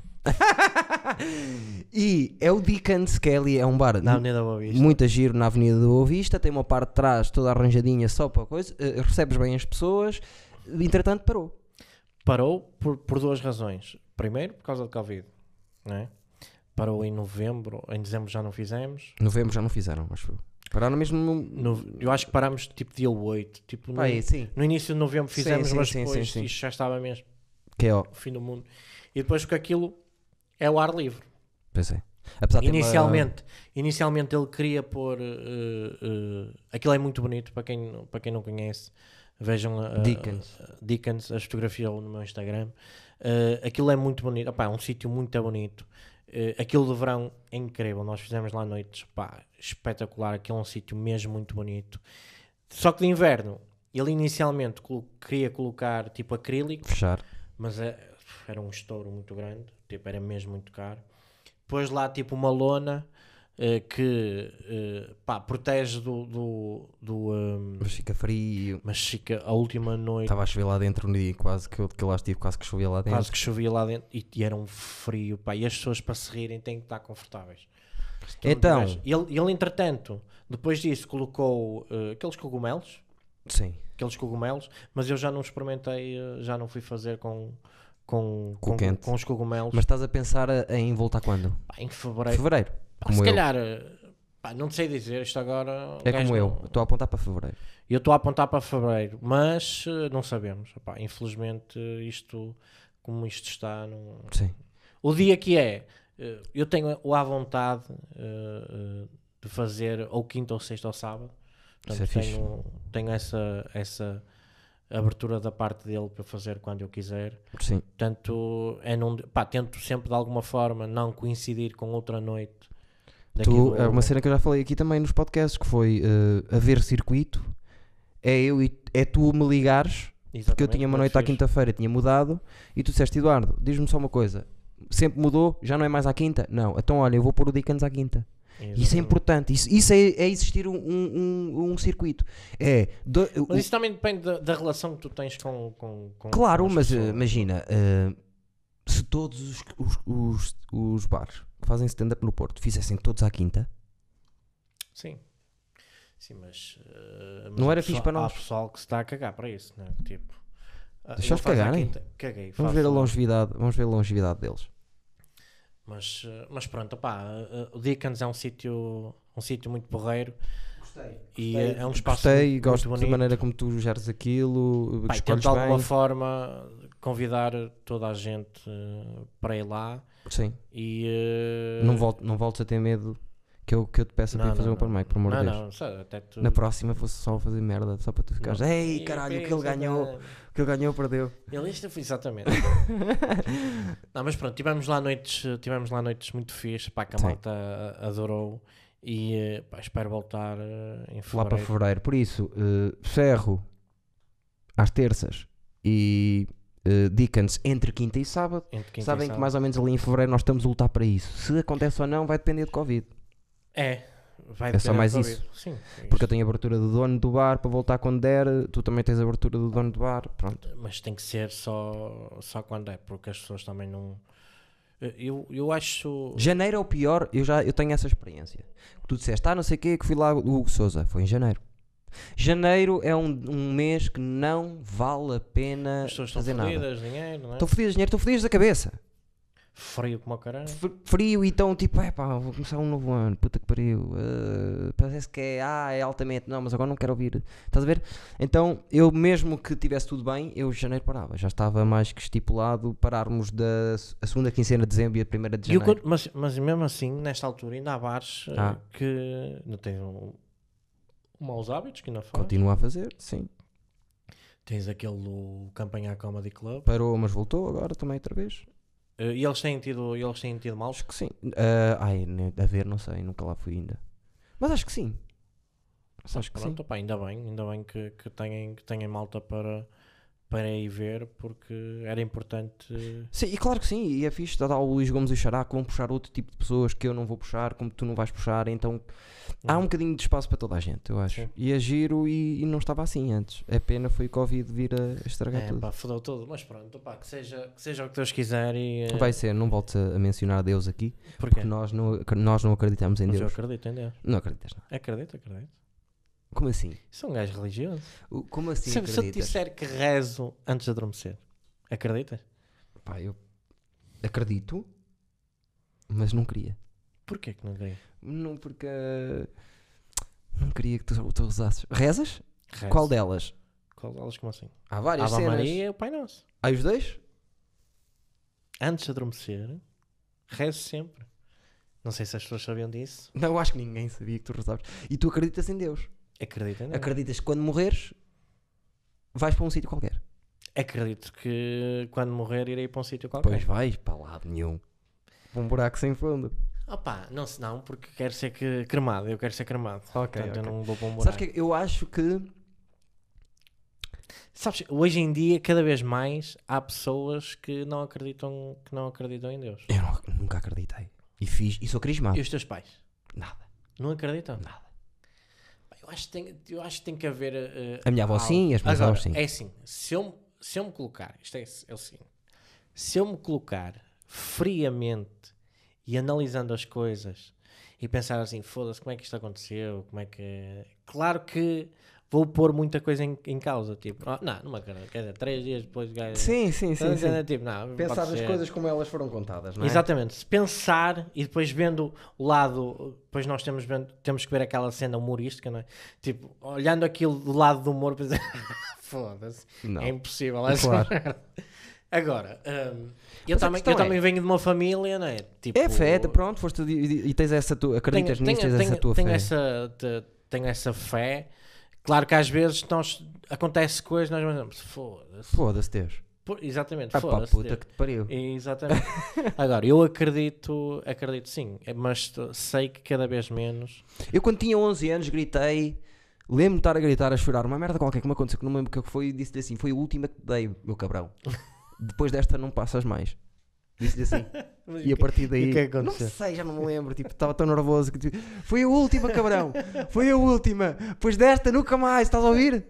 E é o Dickens, que é ali, é um bar Na Avenida Boa Vista. muito giro na Avenida da Boa Vista, tem uma parte de trás toda arranjadinha só para coisa, uh, recebes bem as pessoas, entretanto parou. Parou por, por duas razões. Primeiro, por causa do Covid. Não é? Parou em novembro, em dezembro já não fizemos. Novembro já não fizeram, acho eu. Pararam mesmo no... No, eu acho que parámos tipo dia oito. Tipo, no, Pá, é, sim. no início de novembro fizemos, Sim, sim, mas sim, depois sim, sim. isto já estava mesmo Que é, ó, o fim do mundo. E depois com aquilo é o ar livre. pois é. Apesar de ter uma- Inicialmente, inicialmente ele queria pôr. Uh, uh, aquilo é muito bonito para quem, para quem não conhece. Vejam a, Dickens. a, Dickens, as fotografias no meu Instagram. Uh, aquilo é muito bonito. Opá, é um sítio muito bonito. Uh, aquilo de verão é incrível. Nós fizemos lá noites, pá, espetacular. Aquilo é um sítio mesmo muito bonito. Só que de inverno, ele inicialmente colo- queria colocar tipo acrílico, Fechar. mas é, era um estouro muito grande. Tipo, era mesmo muito caro. Pôs lá tipo uma lona uh, que uh, pá, protege do. do, do um, Mas fica frio. mas fica a última noite. Estava a chover lá dentro um dia, quase que eu, que eu lá estive, quase que chovia lá dentro. Quase que chovia lá dentro e, e era um frio, pá, e as pessoas para se rirem têm que estar confortáveis. Se tu não Então- tiveres- ele, ele entretanto, depois disso colocou uh, aqueles cogumelos, Sim. aqueles cogumelos, mas eu já não experimentei, uh, já não fui fazer com, com, Com com, quente. com os cogumelos. Mas estás a pensar a- em voltar quando? Pá, em fevereiro, Fevereiro. pá, Como se eu. calhar, uh, pá, não sei dizer, isto agora... É o gajo como eu. não- Estou a apontar para fevereiro. Eu estou a apontar para fevereiro, mas uh, não sabemos. Epá, infelizmente, uh, isto, como isto está, não... Sim. O dia que é, eh, eu tenho o à vontade eh, eh, de fazer ou quinta ou sexta ou sábado. Isso é Portanto, fixe. tenho, tenho essa, essa abertura da parte dele para fazer quando eu quiser. Sim. Portanto, é num, pá, tento sempre de alguma forma não coincidir com outra noite. daqui Tu, do- é uma cena que eu já falei aqui também nos podcasts, que foi uh, haver circuito. É eu e é tu me ligares, porque eu Exatamente, tinha uma como é noite que à fez? quinta-feira, tinha mudado, e tu disseste, Eduardo, diz-me só uma coisa, sempre mudou, já não é mais à quinta? Não, então olha, eu vou pôr o Dickens à quinta. Isso é Exatamente. importante, isso, isso é, é existir um, um, um circuito. É, do- Mas o- isso também depende da, da relação que tu tens com, com, com claro, com as mas uh, pessoas. imagina, uh, se todos os, os, os, os bares que fazem stand-up no Porto fizessem todos à quinta, Sim. Sim, mas, eh, mas Não há era pessoal- fixe para nós. Há pessoal que se está a cagar para isso, né? Tipo, ah, Deixa-os ele faz à cagarem. quinta, Caguei. vamos faço, ver a né? longevidade, vamos ver a longevidade deles. Mas, eh, mas pronto, opá, eh, o Dickens é um sítio um sítio muito porreiro Gostei. e é, é um espaço Gostei, muito, gosto muito da bonito. maneira como tu geres aquilo, Pá, e escolhes tento de alguma bem. forma convidar toda a gente eh, para ir lá Sim. e eh, Não, volto, não voltes a ter medo que eu, que eu te peça não, para ir fazer não, um open não. mic, por amor de não, Deus. não, sabe, até tu... Na próxima fosse só fazer merda, só para tu ficares. Não. Ei, Ih, caralho, o que foi ele ganhou, exatamente. o que ele ganhou, perdeu. Ele isto foi exatamente. Não, mas pronto, tivemos lá noites, tivemos lá noites muito fixe, pá, que a Sim. malta a- adorou e eh, pá, espero voltar eh, em Lá para fevereiro. fevereiro. Por isso, eh, Ferro às terças e eh, Dickens entre quinta e sábado. Entre quinta e Sabem que sábado. mais ou menos ali em fevereiro nós estamos a lutar para isso. Se acontece ou não, vai depender de Covid. É, vai É só depender mais do isso. Covid. Sim, é Porque eu isso. tenho abertura do dono do bar para voltar quando der. Tu também tens abertura do dono do bar. Pronto. Mas tem que ser só, só quando é, porque as pessoas também não. Eu, eu acho. Janeiro é o pior. Eu já eu tenho essa experiência. Tu disseste, ah, não sei o que, que fui lá o Hugo Souza. Foi em janeiro. Janeiro é um, um mês que não vale a pena As pessoas estão fazer nada. fodidas, dinheiro, não é? Estão fodidas de dinheiro, estão fodidas da cabeça. Frio como o caralho. Frio, e então tipo, é pá, vou começar um novo ano, puta que pariu, uh, parece que é, ah, é altamente, não, mas agora não quero ouvir, estás a ver? Então, eu mesmo que tivesse tudo bem, eu em janeiro parava, já estava mais que estipulado pararmos da a segunda quinzena de dezembro e a primeira de janeiro. Eu, mas, mas mesmo assim, nesta altura, ainda há bares ah. uh, que não têm um, maus hábitos, que ainda faz. Continua a fazer, sim. Tens aquele do Campanhar Comedy Club. Parou, mas voltou agora também outra vez. Uh, e eles têm tido, eles têm tido mal? Acho que sim. Uh, ai, a ver, não sei, nunca lá fui ainda. Mas acho que sim. Mas acho que pronto, sim. Opa, ainda bem, ainda bem que, que, tenham, que tenham malta para, para ir ver, porque era importante. Sim, e claro que sim, e é fixe, dá o Luís Gomes e o Xará que vão puxar outro tipo de pessoas que eu não vou puxar, como tu não vais puxar, então há um bocadinho de espaço para toda a gente, eu acho. Sim. E é giro e, e não estava assim antes. A pena foi o Covid vir a estragar é, tudo. Pá, fodeu tudo, mas pronto, pá, que, seja, que seja o que Deus quiser e... Vai ser, não voltes a, a mencionar Deus aqui, Porquê? Porque nós não, nós não acreditamos em mas Deus. eu acredito em Deus. Não acreditas não. Acredito, acredito. Como assim? Sou um gajo religioso. O, como assim se, acreditas? Se eu te disser que rezo antes de adormecer, acreditas? Pá, eu acredito, mas não queria. Porquê que não queria? Não, porque não queria que tu, tu usasses. Rezas? Rezo. Qual delas? Qual delas, como assim? Há várias Ave cenas. Maria e o Pai Nosso. Há os dois? Antes de adormecer, rezo sempre. Não sei se as pessoas sabiam disso. Não, eu acho que ninguém sabia que tu rezavas. E tu acreditas em Deus? Acredito em Deus. Acreditas que quando morreres vais para um sítio qualquer? Acredito que quando morrer irei para um sítio qualquer. Pois vais para lado nenhum. Para um buraco sem fundo. Opa, não se não, porque quero ser que, cremado. Eu quero ser cremado. Ok, Portanto, okay. eu não vou para um buraco. Sabes que eu acho que... Sabes, hoje em dia, cada vez mais, há pessoas que não acreditam, que não acreditam em Deus. Eu não, nunca acreditei. E fiz, e sou crismado. E os teus pais? Nada. Não acreditam? Nada. Eu acho que tem, eu acho que, tem que haver... Uh, a minha avó algo. sim e as minhas avós sim. É assim, se eu, se eu me colocar... Isto é, é assim. Se eu me colocar friamente e analisando as coisas e pensar assim, foda-se, como é que isto aconteceu? Como é que... Claro que vou pôr muita coisa em, em causa, tipo, oh, não, não me acredito, quer dizer, três dias depois... Gajo, sim, sim, sim. sim. Tipo, não, pensar as coisas como elas foram contadas, não é? Exatamente, se pensar e depois vendo o lado, depois nós temos, temos que ver aquela cena humorística, não é? Tipo, olhando aquilo do lado do humor, foda-se, é impossível. É claro. Agora, um, eu, também, eu é... também venho de uma família, não é? Tipo, é fé, pronto, foste e, e tens essa tua, acreditas tenho, nisso, tenho, tens tenho, essa tua tenho fé. Essa, te, tenho essa fé. Claro que às vezes nós, acontece coisas, nós vamos, foda-se. Foda-se Deus. Por, exatamente, ah, foda-se. Puta Deus. Que te pariu. Exatamente. Agora, eu acredito, acredito sim, mas sei que cada vez menos. Eu quando tinha onze anos gritei, lembro-me de estar a gritar, a chorar, uma merda qualquer que me aconteceu, que não me lembro o que foi, e disse-lhe assim, foi a última que te dei, meu cabrão. Depois desta não passas mais. Disse-lhe assim. E a partir daí, que é não sei, já não me lembro, tipo, estava tão nervoso que foi a última, cabrão, foi a última, depois desta nunca mais, estás a ouvir?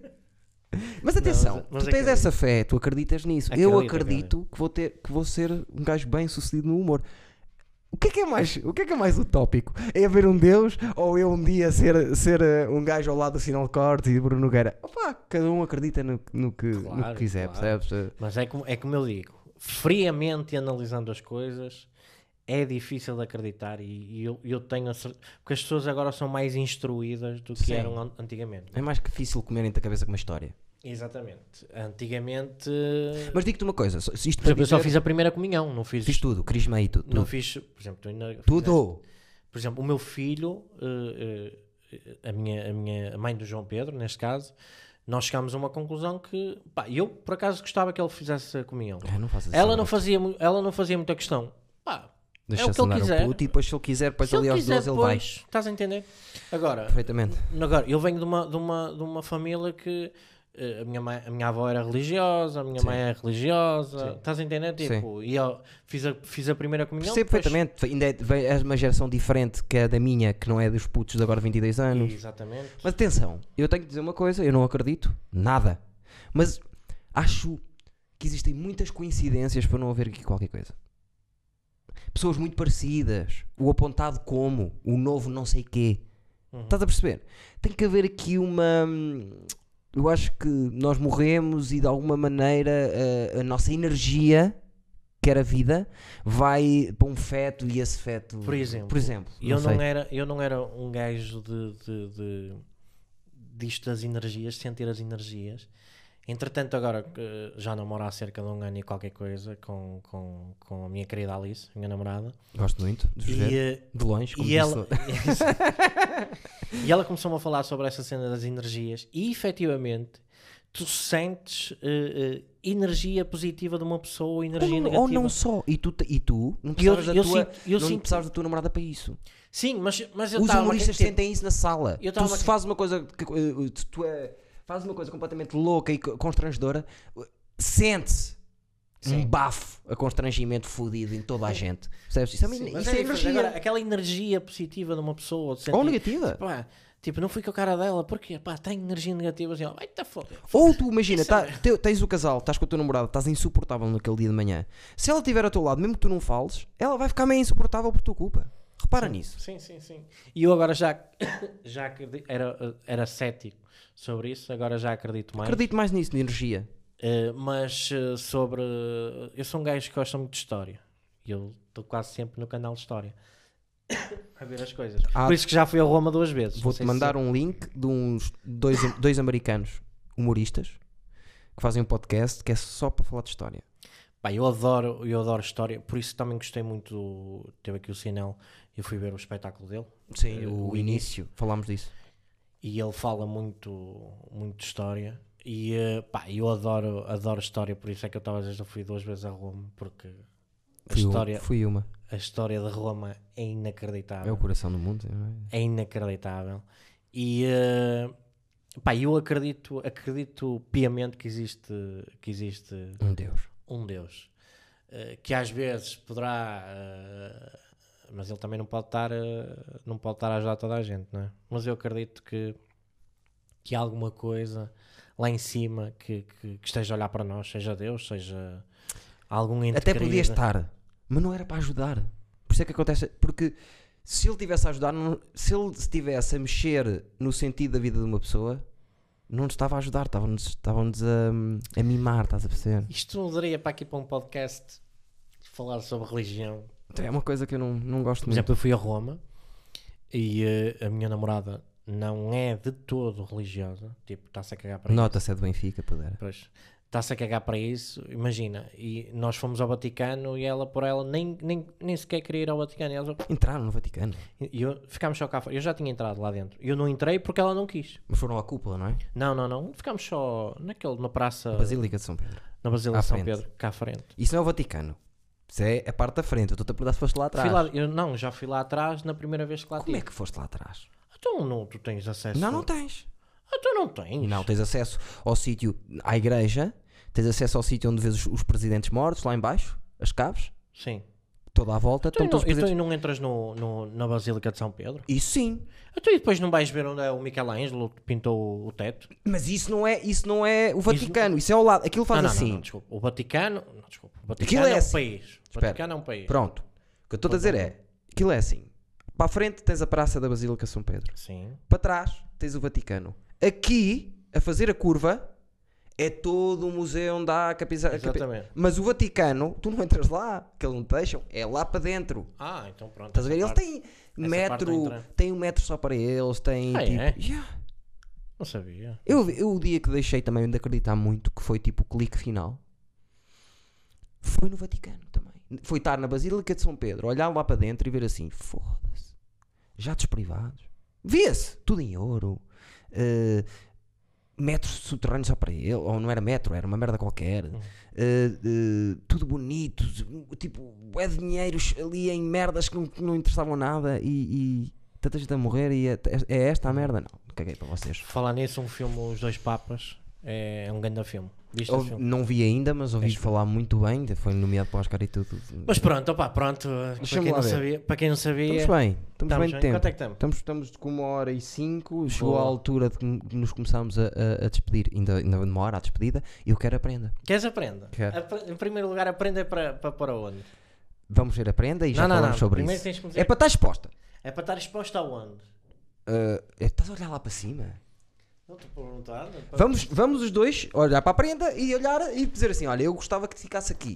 Mas atenção, não, mas, mas tu tens acredito. Essa fé, tu acreditas nisso, acredito, eu acredito, acredito. Que, vou ter, que vou ser um gajo bem sucedido no humor. O que é que é mais, o que é que é mais utópico? É haver um Deus ou eu um dia ser, ser uh, um gajo ao lado do Sinal de Corte e de Bruno Nogueira? Opa, cada um acredita no, no, que, claro, no que quiser, claro. Percebes? Mas é como, é como eu digo, friamente analisando as coisas, é difícil de acreditar e, e eu, eu tenho a certeza, porque as pessoas agora são mais instruídas do que Sim. eram antigamente. É mais difícil comerem-te a cabeça com uma história. Exatamente. Antigamente... Mas digo-te uma coisa, se isto por exemplo, dizer... eu só fiz a primeira comunhão, não fiz... Fiz tudo, crisma e tudo. Não tudo. fiz, por exemplo, tu ainda tudo! Fizeste, por exemplo, o meu filho, uh, uh, a, minha, a minha mãe do João Pedro, neste caso, nós chegámos a uma conclusão que, pá, eu por acaso gostava que ele fizesse a comunhão. É, não faço ela, não fazia, ela não fazia muita questão. Pá, deixa é o que ele quiser. Puto, e depois se ele quiser, depois ali aos doze ele vai. Estás a entender? Agora, perfeitamente. Agora, eu venho de uma, de uma, de uma família que uh, a, minha mãe, a minha avó era religiosa, a minha Sim. mãe é religiosa. Sim. Estás a entender? Tipo, e eu fiz a, fiz a primeira comunhão. Percebo depois... perfeitamente. Ainda é, é uma geração diferente que é da minha, que não é dos putos de agora vinte e dois anos. Exatamente. Mas atenção, eu tenho que dizer uma coisa, eu não acredito nada. Mas acho que existem muitas coincidências para não haver aqui qualquer coisa. Pessoas muito parecidas, o apontado como, o novo não sei quê. Uhum. Estás a perceber? Tem que haver aqui uma... Eu acho que nós morremos e de alguma maneira a, a nossa energia quer a vida, vai para um feto e esse feto... Por exemplo, por exemplo eu, não não era, eu não era um gajo de, de, de, disto das energias, sentir as energias. Entretanto, agora uh, já namoro há cerca de um ano e qualquer coisa com, com, com a minha querida Alice, minha namorada. Gosto muito de ver, E, de longe, como e, ela, disse. e ela começou-me a falar sobre essa cena das energias e efetivamente tu sentes uh, uh, energia positiva de uma pessoa ou energia ou, negativa. ou não só, e tu, e tu não Eu- precisavas da eu tua, sinto- eu não sinto- precisavas da tua namorada para isso. Sim, mas, mas eu Os estava... humoristas tipo, sentem isso na sala. eu Tu tava- se fazes uma coisa que, uh, se tu é, fazes uma coisa completamente louca e co- constrangedora, uh, sente-se Sim. um bafo a constrangimento fodido em toda a gente. Percebes? Isso é, uma- Sim, isso mas é é diferente. energia. Agora, aquela energia positiva de uma pessoa, de sentir, Ou negativa. pá, tipo, não fui com a cara dela, porque pá, tem energia negativa, assim, ó, vai te foder. Ou tu imagina, Isso tá, é- te- tens o casal, estás com a tua namorada, estás insuportável naquele dia de manhã. Se ela estiver ao teu lado, mesmo que tu não fales, ela vai ficar meio insuportável por tua culpa. Repara Sim, nisso. Sim, sim, sim. E eu agora já, já acredito, era, era cético sobre isso, agora já acredito mais. Acredito mais nisso, de energia. Uh, mas uh, sobre. Eu sou um gajo que gosta muito de história. E eu estou quase sempre no canal de história a ver as coisas. Ah, Por isso que já fui a Roma duas vezes. Não Vou-te sei mandar se- um link de uns dois, dois americanos humoristas que fazem um podcast que é só para falar de história. Pá, eu adoro, eu adoro história, por isso também gostei muito. Do... Teve aqui o Sinel, eu fui ver o espetáculo dele. Sim, Uh, o, início, falámos disso. E ele fala muito, muito de história. E uh, pá, eu adoro, adoro história, por isso é que eu estava a dizer, eu fui duas vezes a Roma, porque a Fui, história, um, fui uma. a história de Roma é É inacreditável. o coração do mundo. Não é? É inacreditável. E uh, pá, eu acredito, acredito piamente que existe, que existe Um Deus. um Deus. Uh, que às vezes poderá. Uh, mas ele também não pode estar, uh, não pode estar a ajudar toda a gente, não é? Mas eu acredito que, que há alguma coisa lá em cima que, que, que esteja a olhar para nós, seja Deus, seja algum ente Até querido. podia estar, mas não era para ajudar. Por isso é que acontece. Porque se ele tivesse a ajudar, não- se ele estivesse a mexer no sentido da vida de uma pessoa, não nos estava a ajudar, estavam-nos estavam-nos a, a mimar, estás a perceber? Isto não daria para aqui para um podcast falar sobre religião. É uma coisa que eu não, não gosto Por muito. exemplo, eu fui a Roma e uh, a minha namorada não é de todo religiosa. Tipo, está-se a cagar para isso. Nota-se é de Benfica, pudera. Pois, está-se a cagar para isso. Imagina, e nós fomos ao Vaticano e ela, por ela, nem, nem, nem sequer queria ir ao Vaticano. E ela, Entraram no Vaticano, e eu, ficámos só cá fora. Eu já tinha entrado lá dentro. Eu não entrei porque ela não quis. mas foram à cúpula, não é? Não, não, não. Ficámos só naquele, na praça, Basílica de São Pedro. na Basílica à de São frente. Pedro, cá à frente. Isso não é o Vaticano. Isso é a parte da frente. Eu estou-te a perguntar se foste lá atrás. Fui lá, eu não, já fui lá atrás na primeira vez que lá Como é tive. que foste lá atrás? Então não, tu tens acesso. Não, não tens. Ah, tu não tens. Não, tens acesso ao sítio, à igreja, tens acesso ao sítio onde vês os, os presidentes mortos, lá em baixo, as caves, Sim. toda à volta. Então, estão todos não, os então presidentes. não entras no, no- na Basílica de São Pedro? Isso sim. Então e depois não vais ver onde é o Michelangelo que pintou o, o teto? Mas isso não é, isso não é o Vaticano, isso, é ao lado. Aquilo faz não, não, assim. não, não, desculpa. O Vaticano. Não, desculpa. O Vaticano Aquilo é é, um assim. país. O Espera. Vaticano é um país. Pronto. O que eu estou a dizer é, aquilo é assim. Para a frente tens a Praça da Basílica de São Pedro. Sim. Para trás tens o Vaticano. Aqui, a fazer a curva, é todo o museu onde há a capital. Exatamente. Mas o Vaticano, tu não entras lá, que eles não te deixam, é lá para dentro. Ah, então pronto. Estás a ver? essa Eles parte- têm parte metro, não entra. têm um metro só para eles, têm Ah, tipo. é? Yeah. Não sabia. Eu, eu o dia que deixei também de acreditar muito, que foi tipo o clique final, foi no Vaticano também. Foi estar na Basílica de São Pedro, olhar lá para dentro e ver assim, foda-se, jatos privados, vê-se, tudo em ouro, uh, metros subterrâneos só para ele, ou não era metro, era uma merda qualquer, uh, uh, tudo bonito, tipo, é dinheiros ali em merdas que não, que não interessavam nada e, e tanta gente a morrer e é, é esta a merda? Não, caguei para vocês. Falar nisso, um filme, Os Dois Papas, é, é um grande filme. Viste Ou- esse filme? não vi ainda, mas ouvi És- falar muito bem, foi nomeado para o Oscar e tudo. Mas pronto, opá, pronto. Para Deixa-me quem, lá não ver. sabia, para quem não sabia, Estamos bem, estamos, estamos bem de bem. tempo. Quanto é que estamos? Estamos, estamos com uma hora e cinco, chegou Boa. a altura de que que nos começamos a, a- a despedir, ainda, ainda demora a despedida, e eu quero aprenda. Queres aprenda? Quero. Apre- Em primeiro lugar, aprenda para, para pôr aonde? Vamos ver aprenda e já Não, não, falamos não. sobre Primeiro isso. tens que me dizer- É para estar exposta. É para estar exposto aonde? Uh, estás a olhar lá para cima? Não estou perguntando. Vamos, vamos os dois olhar para a prenda e olhar e dizer assim: olha, eu gostava que ficasse aqui.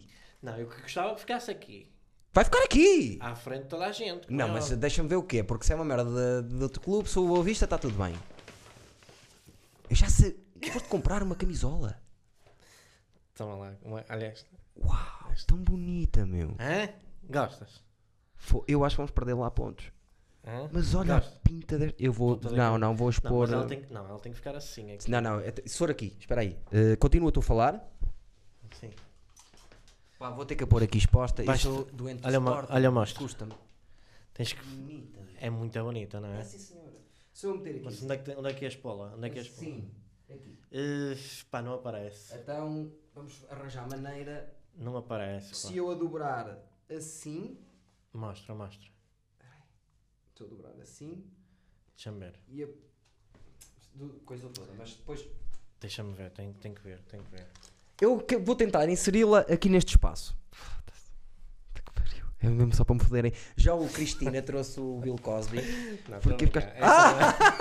Não, eu gostava que ficasse aqui. Vai ficar aqui! À frente de toda a gente. Não, mas deixa-me ver o quê? Porque se é uma merda de, de outro clube, sou o Boa Vista, está tudo bem. Eu já sei. Foste comprar uma camisola. Toma lá. Uma, aliás. Uau, tão bonita, meu. Hã? Gostas? Fo- Eu acho que vamos perder lá pontos. Hã? Mas olha Gosto. a pinta deste. Eu vou. Estou toda Não, aqui. não, vou Não, expor. mas ela tem, que- não, ela tem que ficar assim. Aqui. Não, não, é- se for aqui, espera aí. Uh, continua tu a falar. Sim. Pá, vou ter que a pôr aqui exposta. Vais- Eu sou doente de Olha, uma, sport. olha, mostra. Custa-me. Tens que... Bonita. É muito bonita, não é? É sim, senhora. Se eu meter aqui. Mas onde é que, tem- onde é que és pô-la? Onde é que és pô-la? Sim, aqui. Uh, pá, não aparece. Então vamos arranjar maneira. Não aparece. Se Pá. eu a dobrar assim. Mostra, mostra. Estou a dobrar assim. Deixa-me ver. E a. do- Coisa toda, mas depois. Deixa-me ver, tenho, tenho que ver, tenho que ver. Eu que- vou tentar inseri-la aqui neste espaço. Puta que pariu. É mesmo só para me foderem. Já o Cristina trouxe o Bill Cosby. Não, Porque estou a ficaste. brincar. Ah!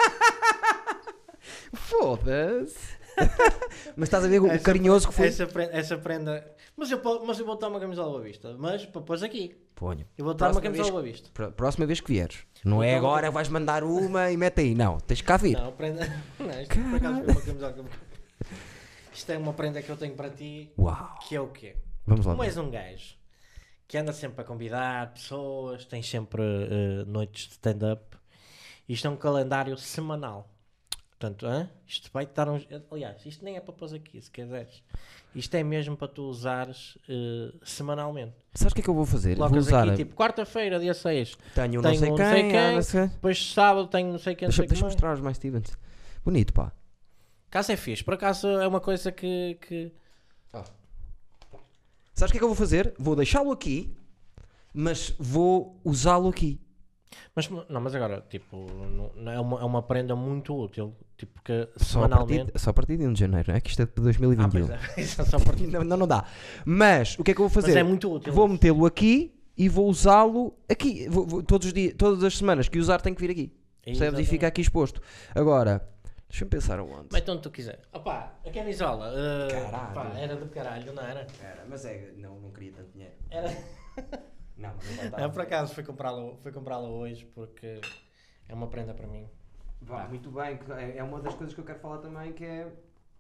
Foda-se! Mas estás a ver o Essa carinhoso que foi? Essa prenda, essa prenda... Mas, eu, po- mas eu vou botar uma camisola Boa Vista. Mas para pôs aqui. Ponho. Eu vou botar uma Próxima camisola vez- Boa Vista. Pró- Próxima vez que vieres. Não Vou é botar uma agora, vais mandar uma e mete aí. Não, tens que cá vir. Não, a prenda... Não, isto por acaso foi uma camisola que eu... Isto é uma prenda que eu tenho para ti. Uau! Que é o quê? Vamos lá. Como és um gajo que anda sempre a convidar pessoas, tens sempre eh, noites de stand-up. Isto é um calendário semanal. Portanto, hã? Isto vai estar uns... Aliás, isto nem é para pôr aqui, se quiseres. Isto é mesmo para tu usares eh, semanalmente. Sabes o que é que eu vou fazer? Vou Colocas usar. aqui, tipo, quarta-feira, dia seis. Tenho um tenho não sei um quem, não sei quem, ah, não sei- Depois sábado tenho não sei quem, não Deixa- sei Deixa-me quem. mostrar os mais Stevens. Bonito, pá. Caso é fixe. Por acaso é uma coisa que... que... Sabes o que é que eu vou fazer? Vou deixá-lo aqui, mas vou usá-lo aqui. Mas, não, mas agora, tipo, não, não é, uma, é uma prenda muito útil. Tipo, que Só a, partir, semanalmente... só a partir de um de janeiro, não é? Que isto é de dois mil e Ah, vinte e um. pois é. Isso é só a partir... Não, não, não dá. Mas o que é que eu vou Mas fazer? é muito útil. Vou metê-lo aqui e vou usá-lo aqui. Vou- vou- todos os dias, todas as semanas que usar tem que vir aqui. Percebes? E Exatamente. fica aqui exposto. Agora, deixa-me pensar aonde. Mas então tu quiser. Opá, a camisola. Uh, Caralho. pá, era do caralho, não era? Era, mas é, não, não queria tanto dinheiro. Era. Não, não vai dar. Não, por acaso fui comprá-la fui comprá-la hoje porque é uma prenda para mim. Vá, muito bem, que é é uma das coisas que eu quero falar também, que é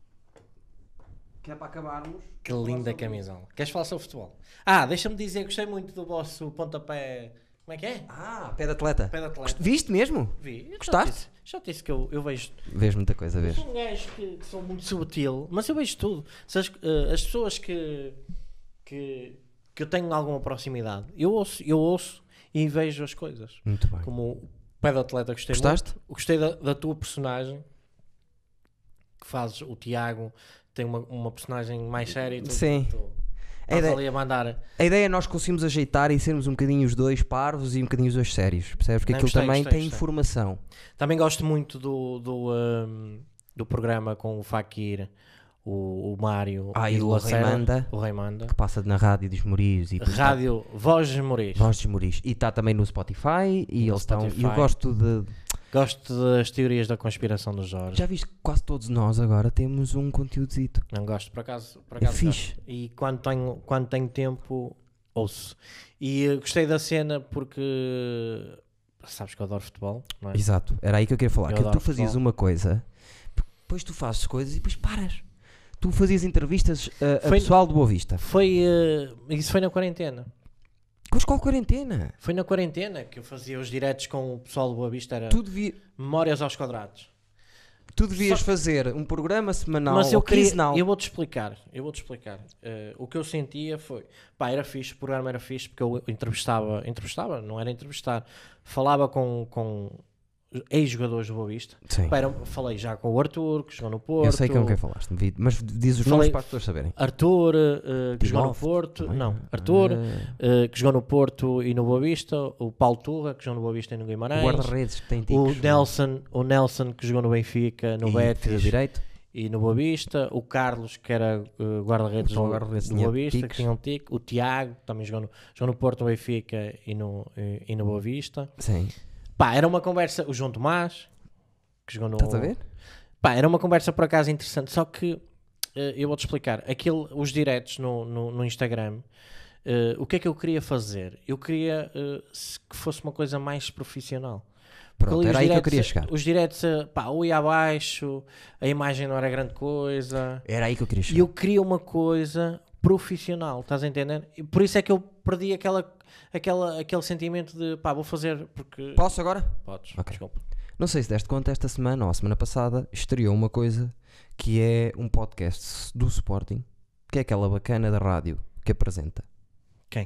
que é para acabarmos. Que linda camisola. Queres falar sobre futebol? Ah, deixa-me dizer que gostei muito do vosso pontapé. Como é que é? Ah, pé de atleta. Pé de atleta. Viste mesmo? Vi. Eu já Gostaste? disse- Já te disse que eu, eu vejo. Vês muita coisa, Eu vês. sou um gajo que, que sou muito sutil, mas eu vejo tudo. Se as, eh, as pessoas que, que, que eu tenho alguma proximidade, eu ouço, eu ouço e vejo as coisas. Muito bem. Como o pé de atleta gostei Gostaste? muito. Gostei da, da tua personagem que fazes, o Tiago tem uma, uma personagem mais séria e tu, Sim. tu A estás ideia- ali a mandar. A ideia é nós conseguimos ajeitar e sermos um bocadinho os dois parvos e um bocadinho os dois sérios. Percebes? Porque Não, aquilo gostei, também gostei, tem gostei. informação. Também gosto muito do, do, um, do programa com o Fakir, o, o Mário Ah, e o o Lacerda, Raimanda. o Raimanda. Que passa na rádio dos Moris e Rádio Voz dos Moris. Voz dos Moris. E está também no Spotify e No eles estão. E eu Spotify. gosto de. Gosto das teorias da conspiração do Jorge. Já viste que quase todos nós agora temos um conteúdozito. Não gosto, por acaso. Por É acaso fixe. gosto. E quando tenho, quando tenho tempo, ouço. E eh, gostei da cena porque sabes que eu adoro futebol, não é? Exato, era aí que eu queria falar. Eu Que tu adoro fazias futebol. uma coisa, depois tu fazes coisas e depois paras. Tu fazias entrevistas a, a Foi- pessoal de Boa Vista. Foi, eh, isso foi na quarentena. Com qual quarentena? Foi na quarentena que eu fazia os diretos com o pessoal do Boa Vista, era Tu, devi, Memórias aos Quadrados. tu devias Só- fazer um programa semanal Mas eu ou queria, quinzenal. eu vou-te explicar, eu vou-te explicar. Eh, o que eu sentia foi, pá, era fixe, o programa era fixe porque eu entrevistava, entrevistava, não era entrevistar, falava com, com ex-jogadores do Boa Vista. Sim. Pá, era- falei já com o Arthur, que jogou no Porto. Eu sei com quem falaste, vi- mas diz os Falei- nomes para as pessoas saberem. Arthur, eh, que jogou no Timóteo Porto. também. Não, Arthur, Ah, eh, que jogou no Porto e no Boa Vista. O Paulo Turra, que jogou no Boa Vista e no o Guimarães. guarda-redes que tem O ticos. Nelson, o Nelson, que jogou no Benfica, no e Betis defesa direito. e no Boa Vista. O Carlos, que era eh, guarda-redes O do, guarda-redes do tinha Boa Vista, ticos. que tinha um tique. O Tiago, que também jogou no, jogou no Porto, no Benfica e no, e, e no Boa Vista. Sim. Pá, era uma conversa. O João Tomás, que jogou no... Estás a ver? Pá, era uma conversa por acaso interessante, só que eh, eu vou-te explicar. Aquilo, os diretos no, no, no Instagram Uh, o que é que eu queria fazer? Eu queria uh, que fosse uma coisa mais profissional. Pronto, era aí que eu queria chegar. Os diretos, pá, ou ia abaixo, a imagem não era grande coisa. Era aí que eu queria chegar. E eu queria uma coisa profissional, estás a entender? E por isso é que eu perdi aquela, aquela, aquele sentimento de, pá, vou fazer porque... Posso agora? Podes, okay. Desculpa. Não sei se deste conta, esta semana ou a semana passada estreou uma coisa que é um podcast do Sporting, que é aquela bacana da rádio que apresenta. Quem?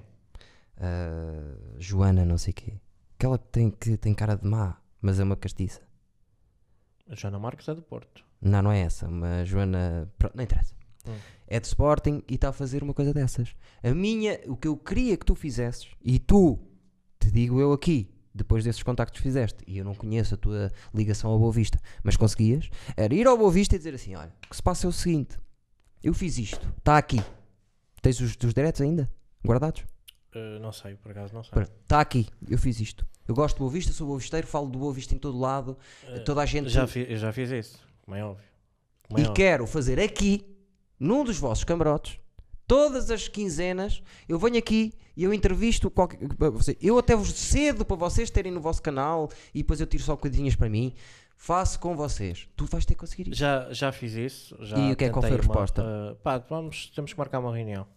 Uh, Joana não sei quê. Aquela que tem, que tem cara de má, mas é uma castiça. A Joana Marques é do Porto. Não, não é essa. Uma Joana... Pronto, não interessa. Hum. É de Sporting e está a fazer uma coisa dessas. A minha... O que eu queria que tu fizesses, e tu, te digo eu aqui, depois desses contactos fizeste, e eu não conheço a tua ligação ao Boa Vista, mas conseguias, era ir ao Boa Vista e dizer assim, olha, o que se passa é o seguinte, eu fiz isto, está aqui. Tens os, os diretos ainda? Guardados? Uh, não sei, por acaso não sei. Está aqui, eu fiz isto. Eu gosto do Boa Vista, sou Boa Visteiro, falo do Boa Vista em todo lado, uh, toda a gente... Já fi, eu já fiz isso, como é óbvio. Como é e óbvio. Quero fazer aqui, num dos vossos camarotes, todas as quinzenas, eu venho aqui e eu entrevisto qualquer... Eu até vos cedo para vocês terem no vosso canal e depois eu tiro só coisinhas para mim. Faço com vocês. Tu vais ter que conseguir isso. Já, já fiz isso. Já e o que é, qual foi a resposta? Uma, uh, pá, vamos, temos que marcar uma reunião.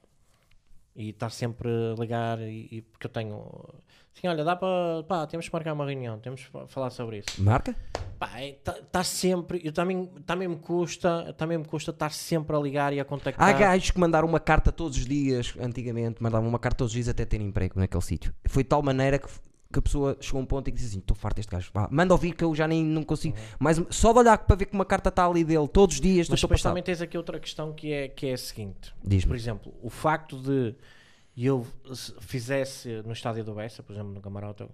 E estar sempre a ligar e, e porque eu tenho... Sim, olha, dá para... Pá, temos que marcar uma reunião. Temos que falar sobre isso. Marca? Pá, está tá sempre... Eu também, também me custa também me custa estar sempre a ligar e a contactar. Há gajos que mandaram uma carta todos os dias, antigamente, mandavam uma carta todos os dias até ter emprego naquele sítio. Foi de tal maneira que, que a pessoa chegou a um ponto e disse assim, estou farto deste gajo. Pá, manda ouvir que eu já nem não consigo. Uhum. Mas só de olhar para ver que uma carta está ali dele todos os dias... Mas depois também tens aqui outra questão que é, que é a seguinte. Diz-me. Por exemplo, o facto de eu fizesse no estádio do Bessa, por exemplo, no camarote, uh,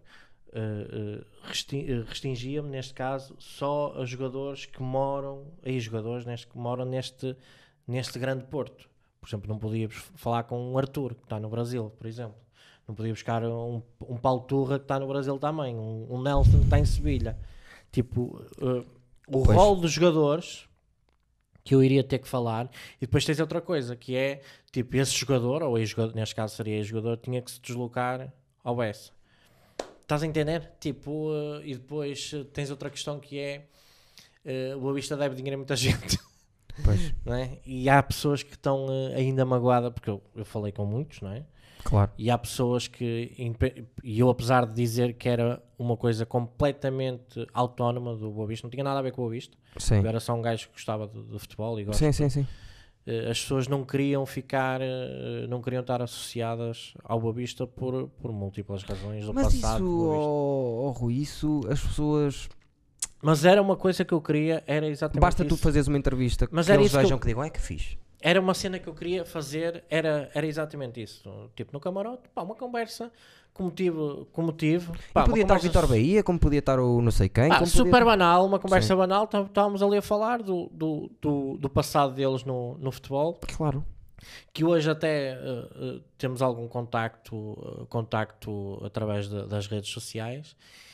uh, restringia-me, neste caso, só a jogadores que moram, aí jogadores neste, que moram neste, neste grande Porto. Por exemplo, não podíamos falar com um Arthur, que está no Brasil, por exemplo. Não podia buscar um, um Paulo Turra, que está no Brasil também, um, um Nelson, que está em Sevilha. Tipo, uh, o pois. rol dos jogadores... que eu iria ter que falar, e depois tens outra coisa, que é, tipo, esse jogador, ou ex-jogador, neste caso seria ex-jogador, tinha que se deslocar ao Bessa. Estás a entender? Tipo, uh, e depois uh, tens outra questão que é, uh, o Boa Vista deve dinheiro a muita gente. Pois. Não é? E há pessoas que estão uh, ainda magoadas, porque eu, eu falei com muitos, não é? Claro. E há pessoas que, e eu apesar de dizer que era uma coisa completamente autónoma do Boa Vista, não tinha nada a ver com o Boa Vista, sim. Eu era só um gajo que gostava de, de futebol e gosto. Sim, sim, sim. As pessoas não queriam ficar, não queriam estar associadas ao Boa Vista por, por múltiplas razões do Mas passado. Mas isso, oh, oh, Rui, isso as pessoas... Mas era uma coisa que eu queria, era exatamente Basta isso. tu fazeres uma entrevista Mas que era eles isso vejam que, eu... que digam, é que fiz. Era uma cena que eu queria fazer, era, era exatamente isso. Tipo, no camarote, pá, uma conversa como tive. Como tive pá, e podia estar o conversa... Vitor Bahia, como podia estar o não sei quem. Ah, super podia... banal, uma conversa Sim. banal. Estávamos ali a falar do, do, do, do passado deles no, no futebol. Claro. Que hoje até uh, uh, temos algum contacto, uh, contacto através de, das redes sociais.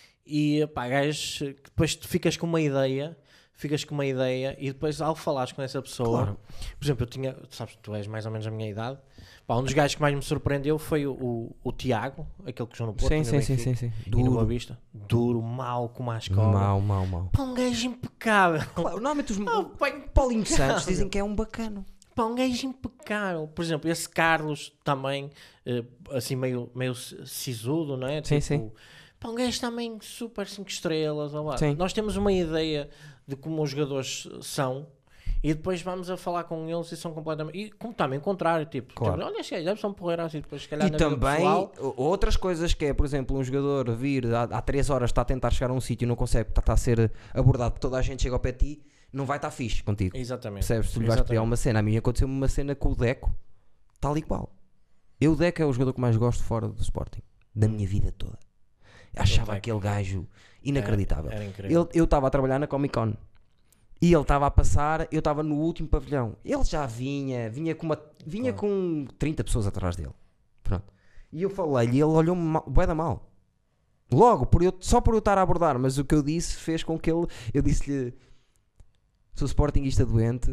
E pá, gajos, depois tu ficas com uma ideia. Ficas com uma ideia e depois ao falares com essa pessoa, claro. Por exemplo, eu tinha, sabes, tu és mais ou menos a minha idade, pá, um dos gajos que mais me surpreendeu foi o, o, o Tiago, aquele que jogou no Porto, sim, no sim, sim, sim, sim. Duro. E no Boa Vista, duro, mau como a escola, mau, mau, mau. Pá, um gajo impecável. Claro, normalmente os oh, pá, Paulinho Santos dizem que é um bacano. Pá, um gajo impecável. Por exemplo, esse Carlos também, assim meio, meio sisudo, não é? Sim, tipo, sim. Pá, um gajo também super cinco estrelas. Sim. Nós temos uma ideia de como os jogadores são e depois vamos a falar com eles e são completamente... E como também o contrário, tipo, claro. tipo olha, estes gajos são porreiros e depois se calhar e na também pessoal... outras coisas que é, por exemplo, um jogador vir há, há três horas está a tentar chegar a um sítio e não consegue, está, está a ser abordado por toda a gente, chega ao pé de ti, não vai estar fixe contigo. Exatamente. Percebes? Se lhe vais pedir uma cena, a mim aconteceu-me uma cena com o Deco, tal e qual. Eu, o Deco é o jogador que mais gosto fora do Sporting, da minha vida toda. Eu achava aquele gajo inacreditável. Era, era incrível. Eu estava a trabalhar na Comic Con e ele estava a passar, eu estava no último pavilhão. Ele já vinha, vinha com, uma, vinha claro. com trinta pessoas atrás dele. Pronto. E eu falei-lhe e ele olhou-me bué da mal. Logo, por eu, só por eu estar a abordar, mas o que eu disse fez com que ele, eu disse-lhe, sou sportinguista doente,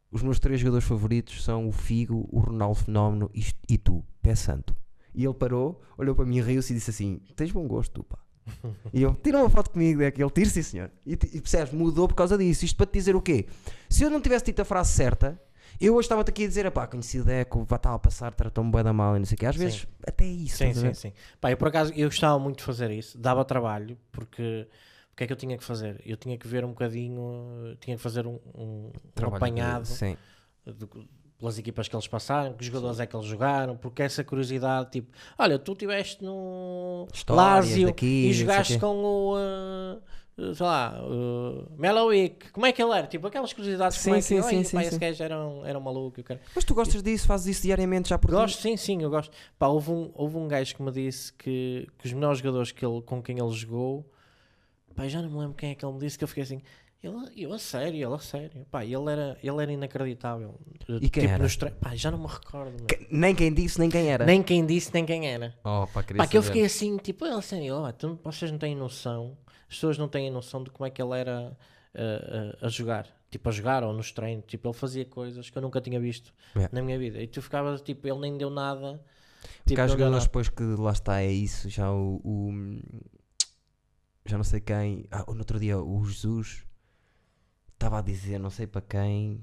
os meus três jogadores favoritos são o Figo, o Ronaldo Fenómeno e, e tu, pé santo. E ele parou, olhou para mim e riu-se e disse assim, tens bom gosto tu, pá. E eu, tira uma foto comigo, é que ele tira, sim senhor. E, e percebes, mudou por causa disso. Isto para te dizer o quê? Se eu não tivesse dito a frase certa, eu hoje estava-te aqui a dizer, pá, conheci o Deco, vai estar a passar, tratou-me bem da mal e não sei o quê. Às sim. vezes, até isso. Sim, sim, sim. Pá, eu por acaso, eu gostava muito de fazer isso. Dava trabalho, porque o que é que eu tinha que fazer? Eu tinha que ver um bocadinho, tinha que fazer um, um, um apanhado de, de, pelas equipas que eles passaram, que jogadores sim. é que eles jogaram, porque essa curiosidade, tipo, olha, tu estiveste no Lazio daqui, e jogaste com o... Uh, sei lá, uh, Melowick, como é que ele era? Tipo, aquelas curiosidades, sim, como é sim, que sim, sim, sim, pá, sim. esse gajo era um, era um maluco. Quero... Mas tu gostas disso? Fazes isso diariamente já por Gosto, ti? sim, sim, eu gosto. Pá, houve um, houve um gajo que me disse que, que os melhores jogadores que ele, com quem ele jogou, pá, já não me lembro quem é que ele me disse, que eu fiquei assim, ele, eu a sério, ele a sério, pá, ele era, ele era inacreditável. E quem tipo, era? Nos tre... Pá, já não me recordo. Que, nem quem disse, nem quem era. Nem quem disse, nem quem era. Oh, pá, pá, que eu fiquei assim, tipo, ele sério, oh, então, vocês não têm noção. As pessoas não têm noção de como é que ele era uh, uh, a jogar, tipo a jogar ou nos treinos, tipo ele fazia coisas que eu nunca tinha visto yeah. na minha vida, e tu ficavas tipo, ele nem deu nada. Porque há jogadores depois que lá está, é isso, já o, o já não sei quem, ah, no outro dia o Jesus estava a dizer, não sei para quem,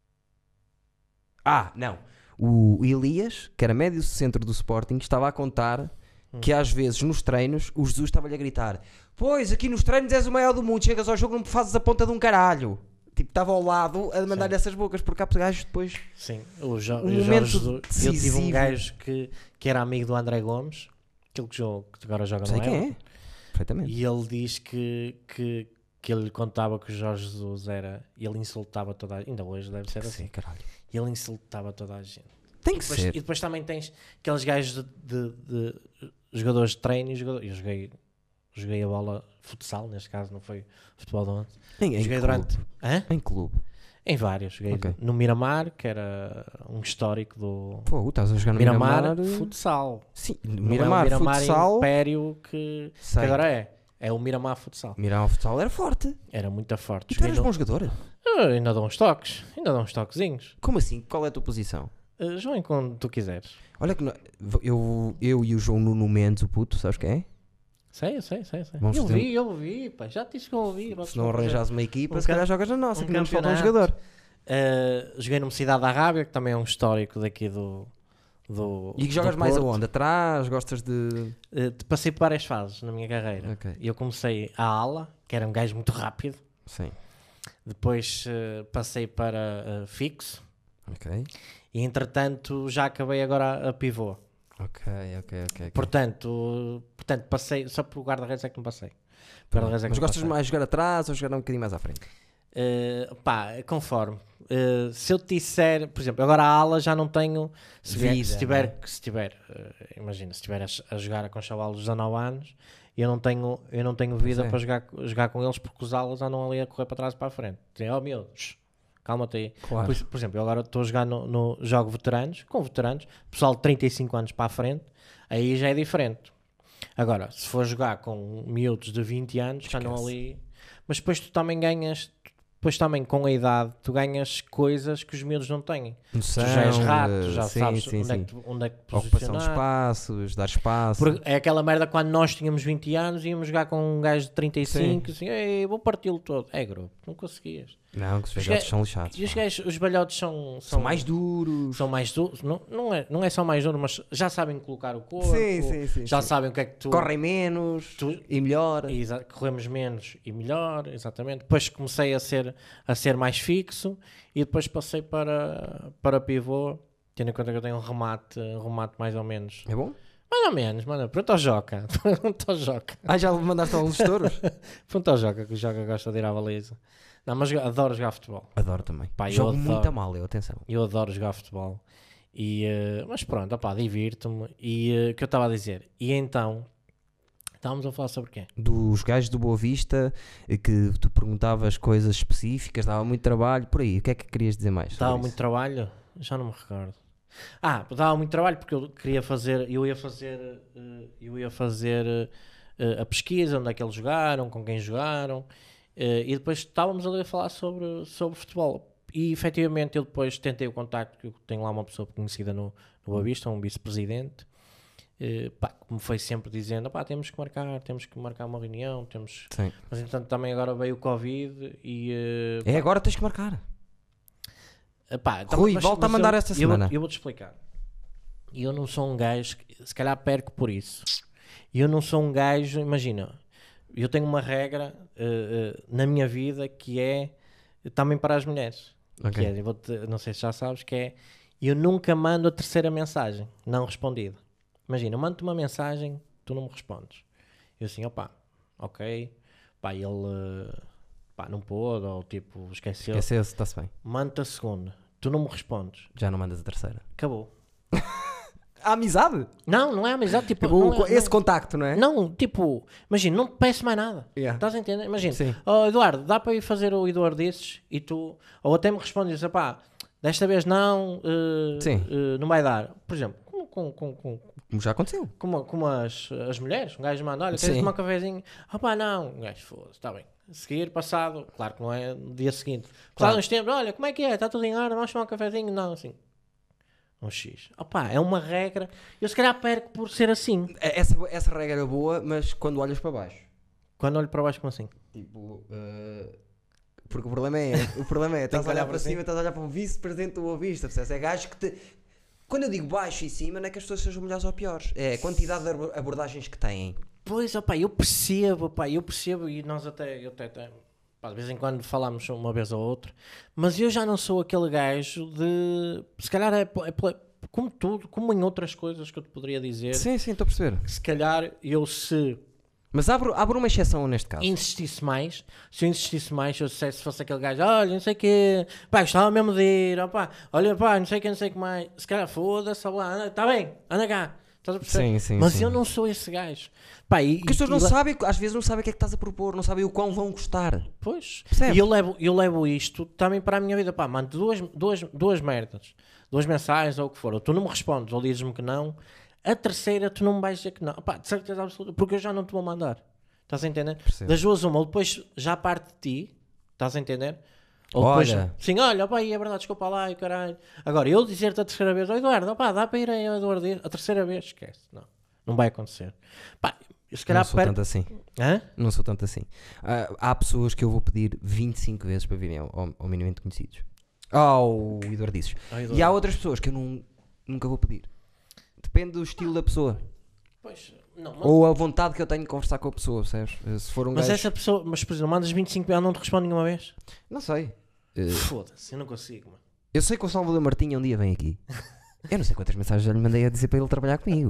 ah, não, o Elias, que era médio centro do Sporting, estava a contar que às vezes nos treinos o Jesus estava-lhe a gritar, pois aqui nos treinos és o maior do mundo, chegas ao jogo não me fazes a ponta de um caralho, tipo estava ao lado a mandar-lhe essas bocas, porque há gajos depois sim, o, jo um o momento Jorge decisivo. Eu tive um gajo que, que era amigo do André Gomes, aquele que, jogo, que agora joga sei no quem Euro, é, perfeitamente. E ele diz que, que, que ele contava que o Jorge Jesus era, ele insultava toda a gente, ainda hoje deve ser assim, sim, caralho. Ele insultava toda a gente. Tem e que depois, ser. E depois também tens aqueles gajos de, de, de jogadores de treino e jogadores. Eu joguei, joguei a bola futsal, neste caso não foi futebol de ontem. Em, em joguei clube. durante. Hã? Em clube. Em vários. Joguei Okay. no Miramar, que era um histórico do. Pô, estás a jogar no Miramar, Miramar. Futsal. Sim, Miramar, é o Miramar Futsal. Império que, que agora é. É o Miramar Futsal. Miramar Futsal era forte. Era muito forte. E tu eras bom jogador? Eu ainda dou uns toques. Ainda dou uns toquezinhos. Como assim? Qual é a tua posição? Uh, João, quando tu quiseres. Olha que eu, eu e o João Nuno Mendes, o puto, sabes quem é? Sei, sei, sei. sei. Vamos eu ter... vi, eu vi, pá. Já te disse que eu ouvi. Se não arranjas uma equipa, um se calhar jogas na nossa, um que não nos falta um jogador. Uh, joguei no Cidade da Arábia, que também é um histórico daqui do... do e que jogas do mais Porto. aonde? Atrás? Gostas de... Uh, passei por várias fases na minha carreira. Okay. Eu comecei a ala, que era um gajo muito rápido. Sim. Depois uh, passei para uh, fixo. Ok. E entretanto já acabei agora a pivô. Ok, ok, ok. okay. Portanto, portanto, passei, só por guarda-redes é que não passei. Guarda-redes é que Mas não gostas passei. mais de jogar atrás ou jogar um bocadinho mais à frente? Uh, pá, conforme. Uh, se eu te disser, por exemplo, agora a ala já não tenho. Se, Vida, vier, se tiver, né? se tiver uh, imagina, se estiver a, a jogar com chavalos de dezanove anos, eu não tenho, eu não tenho vida é. para jogar, jogar com eles porque os alas andam ali a correr para trás e para a frente. Dizem, oh meu, calma-te aí. Claro. Por, por exemplo, eu agora estou a jogar no, no jogo veteranos, com veteranos, pessoal de trinta e cinco anos para a frente, aí já é diferente. Agora, se for jogar com miúdos de vinte anos, já não ali. Mas depois tu também ganhas. Depois também com a idade tu ganhas coisas que os miúdos não têm. Noção, tu já és rato, tu já sim, sabes sim, onde, sim. É que, onde é que te ocupação de posicionar. espaços, dar espaço. Porque é aquela merda quando nós tínhamos vinte anos e íamos jogar com um gajo de trinta e cinco, assim, ei, vou parti-lo todo. É grupo, não conseguias. Não, que os velhotes são lixados. E os, gajos, os velhotes são, são, são mais duros. São mais duros. Não, não, é, não é só mais duros, mas já sabem colocar o corpo. Sim, sim, sim, já sim. sabem o que é que tu... Correm menos tu, e melhor. E, corremos menos e melhor, exatamente. Depois comecei a ser, a ser mais fixo e depois passei para, para pivô, tendo em conta que eu tenho um remate, um remate mais ou menos. É bom? Mais ou menos, mano. Pronto ao Joca. Pronto ao Joca. Ah, já mandaste alguns touros? Pronto ao Joca, que o Joca gosta de ir à baliza. Não, mas adoro jogar futebol. Adoro também. Pá, Jogo eu muito adoro. a mal, eu, atenção. Eu adoro jogar futebol. E, uh, mas pronto, opá, divirto-me. E o uh, que eu estava a dizer? E então, estávamos a falar sobre quê? Dos gajos do Boa Vista, que tu perguntavas coisas específicas, dava muito trabalho, por aí. O que é que querias dizer mais? Dava muito trabalho? Já não me recordo. Ah, dava muito trabalho porque eu queria fazer, eu ia fazer, uh, eu ia fazer uh, a pesquisa, onde é que eles jogaram, com quem jogaram. Uh, e depois estávamos ali a falar sobre, sobre futebol. e efetivamente eu depois tentei o contacto, que eu tenho lá uma pessoa conhecida no, no Boa Vista, um vice-presidente, uh, pá, que me foi sempre dizendo, pá, temos que marcar, temos que marcar uma reunião, temos... Sim. Mas entanto também agora veio o Covid e... Uh, É pá, agora tens que marcar. uh, pá, então, Rui, mas- volta a mas mandar eu- esta eu, semana. Eu vou-te explicar. Eu não sou um gajo, que, se calhar perco por isso. Eu não sou um gajo, imagina, eu tenho uma regra uh, uh, na minha vida que é também para as mulheres. Ok. Que é, eu vou-te- não sei se já sabes, que é eu nunca mando a terceira mensagem não respondida. Imagina, eu mando-te uma mensagem, tu não me respondes. Eu assim, opá, ok, pá, ele uh, pá, não pôde, ou tipo, esqueceu. Esqueceu-se, está-se bem. Mando-te a segunda, tu não me respondes, Já não mandas a terceira. acabou. A amizade? Não, não é amizade, tipo, Tipo, não é- esse não- contacto, não é? Não, tipo, imagina, não te peço mais nada. Yeah. Estás a entender? Imagina, Sim. oh, Eduardo, dá para ir fazer o Eduardo desses e tu, ou até me respondes, pá, desta vez não, eh, Sim. eh, não vai dar. Por exemplo, com, com, com, com, Como já aconteceu. como, como as, as mulheres, um gajo manda, olha, queres Sim. tomar um cafezinho? Ah pá, não, um gajo, foda-se, está bem. Seguir, passado, claro que não é no dia seguinte. Passado Claro. uns tempos, olha, como é que é? Está tudo em ordem, vamos tomar um cafezinho? Não, assim. Um X. Opá, é uma regra. Eu se calhar perco por ser assim. Essa, essa regra é boa, mas quando olhas para baixo. Quando olho para baixo, como assim? Tipo, uh, porque o problema é, o problema é, estás que a olhar olhar para para cima, estás a olhar para um vice-presidente do Boa Vista, percebes? É gajo que te... Quando eu digo baixo e cima, não é que as pessoas sejam melhores ou piores, é a quantidade de abo- abordagens que têm. Pois, opá, eu percebo, opá, eu percebo e nós até, eu até, até pá, de vez em quando falamos uma vez ou outra, mas eu já não sou aquele gajo de, se calhar é, é pela- como tudo, como em outras coisas que eu te poderia dizer, Sim, sim, estou a perceber. se calhar eu se Mas abre, abre uma exceção neste caso. insistisse mais, se eu insistisse mais, se eu dissesse, se fosse aquele gajo, olha, não sei o quê, pá, gostava mesmo de ir, opá, olha, pá, não sei o que, não sei o que mais, se calhar foda-se, lá, anda, tá bem, anda cá, estás a perceber? Sim, sim, Mas sim. eu não sou esse gajo. Pá, e, Porque as pessoas e- não e lá- sabem, às vezes não sabem o que é que estás a propor, não sabem o quão vão gostar. Pois, Percebes? e eu levo, eu levo isto também para a minha vida, pá, mando duas, duas, duas merdas, duas mensagens ou o que for, ou tu não me respondes ou dizes-me que não, a terceira tu não me vais dizer que não, pá, de certeza absoluta, porque eu já não te vou mandar, estás a entender? Percebo. Das duas uma, ou depois já parte de ti, estás a entender? Ou depois, Olha. sim, olha, pá, e é verdade, desculpa lá, e caralho, agora eu dizer-te a terceira vez, oh, Eduardo, pá, dá para ir aí ao Eduardo, a terceira vez, esquece, não, não vai acontecer, pá, eu se Não calhar sou perco, tanto assim. hã? Não sou tanto assim. Ah, há pessoas que eu vou pedir vinte e cinco vezes para virem ao, ao, ao minimamente conhecidos. Ao Eduardices. Oh, Eduardo. E há outras pessoas que eu não, nunca vou pedir. Depende do estilo da pessoa. Pois, não, mas- Ou a vontade que eu tenho de conversar com a pessoa, percebes? Se for um Mas gajo... essa pessoa, mas por exemplo, mandas vinte e cinco e ela não te responde nenhuma vez? Não sei. Eh, Foda-se, eu não consigo, mano. eu sei que o Salvador Martinha um dia vem aqui. Eu não sei quantas mensagens já lhe mandei a dizer para ele trabalhar comigo.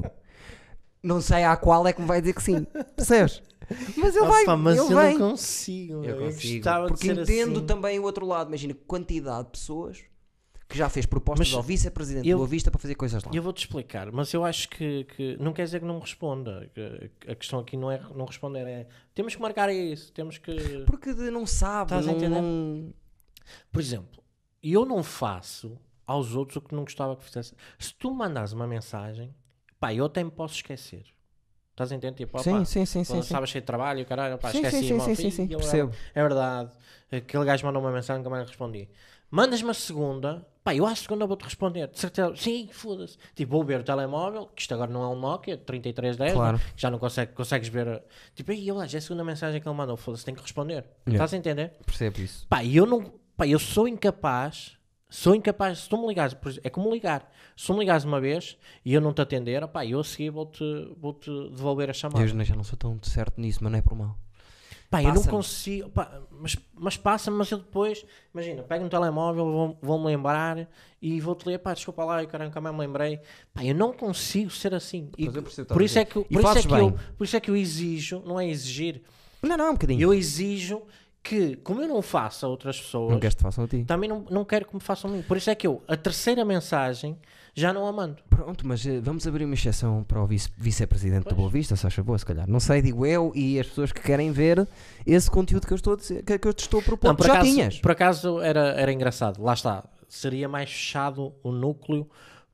Não sei à qual é que me vai dizer que sim. Percebes? Mas ele vai. Opa, mas ele eu vem. não consigo, Eu meu. consigo. gostava de Porque ser entendo assim. também o outro lado. Imagina quantidade de pessoas que já fez propostas Mas ao vice-presidente eu- do Boa Vista para fazer coisas lá. Eu vou-te explicar, mas eu acho que, que não quer dizer que não me responda. Que- A questão aqui não é não responder, é temos que marcar isso, temos que... Porque de- não sabe, Estás a não, entender? não- Por exemplo, eu não faço aos outros o que não gostava que fizesse. Se tu me mandas uma mensagem, pá, eu até me posso esquecer. Estás a entender? Tipo, Sim, opá, sim, sim, sim, sim. estava cheio de trabalho, caralho, pá, Sim, sim, esqueci, sim, mal, sim, sim, e sim, eu- percebo. É verdade. Aquele gajo mandou uma mensagem, nunca mais lhe respondi. Mandas-me a segunda, pá, eu à segunda vou-te responder. De certeza, sim, foda-se. Tipo, vou ver o telemóvel, que isto agora não é um Nokia trinta e três dez, Claro. né? Que já não consegue, consegues ver. Tipo, aí, olha, já é a segunda mensagem que ele mandou, foda-se, tem que responder. Yeah. Estás a entender? Percebo isso. Pá, eu não, pá, eu sou incapaz, sou incapaz, se tu me ligares, por exemplo, é como ligar. Se tu me ligares uma vez e eu não te atender, pá, eu a seguir vou-te vou-te devolver a chamada. Eu já não sou tão certo nisso, mas não é por mal. Pá, eu não Passa-me. consigo, pá, mas, mas passa-me, mas eu depois, imagina, pego no telemóvel, vou- vou-me lembrar e vou-te ler, pá, desculpa lá, eu caramba, nunca mais me lembrei. Pá, eu não consigo ser assim. E Pois eu percebo o que por, estás isso a é que, eu- dizer. E por, isso é fazes que eu, bem. por isso é que eu exijo, não é exigir, Não, não, um bocadinho. eu exijo que, como eu não faço a outras pessoas, Não queres que te façam a ti. também não, não quero que me façam a mim. Por isso é que eu, a terceira mensagem, já não a mando. Pronto, mas eh, vamos abrir uma exceção para o vice- vice-presidente do Pois. Boa Vista, se acha boa, se calhar. Não sei, digo eu e as pessoas que querem ver esse conteúdo que eu estou a, dizer, que, que eu te estou a propor. Não, Tu por já acaso, tinhas. por acaso era, era engraçado. Lá está. Seria mais fechado o núcleo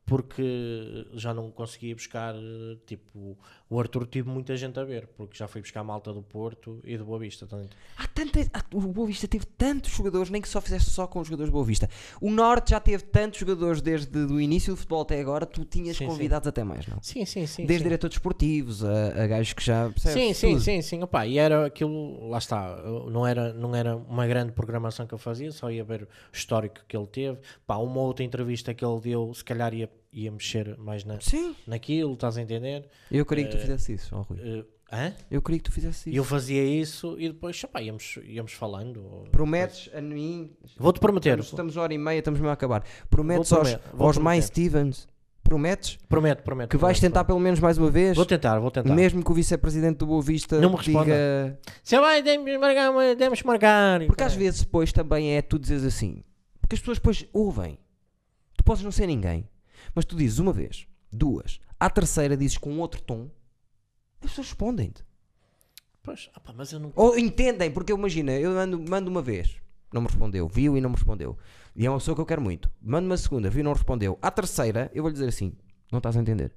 porque já não conseguia buscar, tipo, o Arthur tive muita gente a ver, porque já fui buscar malta do Porto e do Boa Vista. Tanto. Há tanta, há, o Boa Vista teve tantos jogadores, nem que só fizeste só com os jogadores do Boa Vista. O Norte já teve tantos jogadores desde o início do futebol até agora, tu tinhas sim, convidados sim. até mais, não? Sim, sim, sim. Desde sim. diretores esportivos a, a gajos que já percebes, Sim, sim, tudo. sim, sim. Opa, e era aquilo, lá está, não era, não era uma grande programação que eu fazia, só ia ver o histórico que ele teve. Pá, uma outra entrevista que ele deu, se calhar ia ia mexer mais na, naquilo, estás a entender? Eu queria que tu fizesse isso, oh, Rui. Uh, hã? Eu queria que tu fizesse isso. Eu fazia isso e depois opa, íamos, íamos falando. Prometes a mim. Vou-te prometer. Estamos, estamos uma hora e meia, estamos mesmo a acabar. Prometes aos, aos mais Stevens. Prometes? Prometo, prometo. Que vais prometo, tentar prometo. pelo menos mais uma vez? Vou tentar, vou tentar. Mesmo que o vice-presidente do Boa Vista não me diga... Se vai, demos marcar, demos marcar. Porque às vezes depois também é tu dizes assim. Porque as pessoas depois ouvem. Tu podes não ser ninguém. Mas tu dizes uma vez, duas, à terceira dizes com outro tom, as pessoas respondem-te. Pois, opa, mas eu não... Ou entendem, porque imagina, eu mando, mando uma vez, não me respondeu, viu e não me respondeu. E é uma pessoa que eu quero muito. Mando uma segunda, viu e não respondeu. À terceira, eu vou-lhe dizer assim, não estás a entender.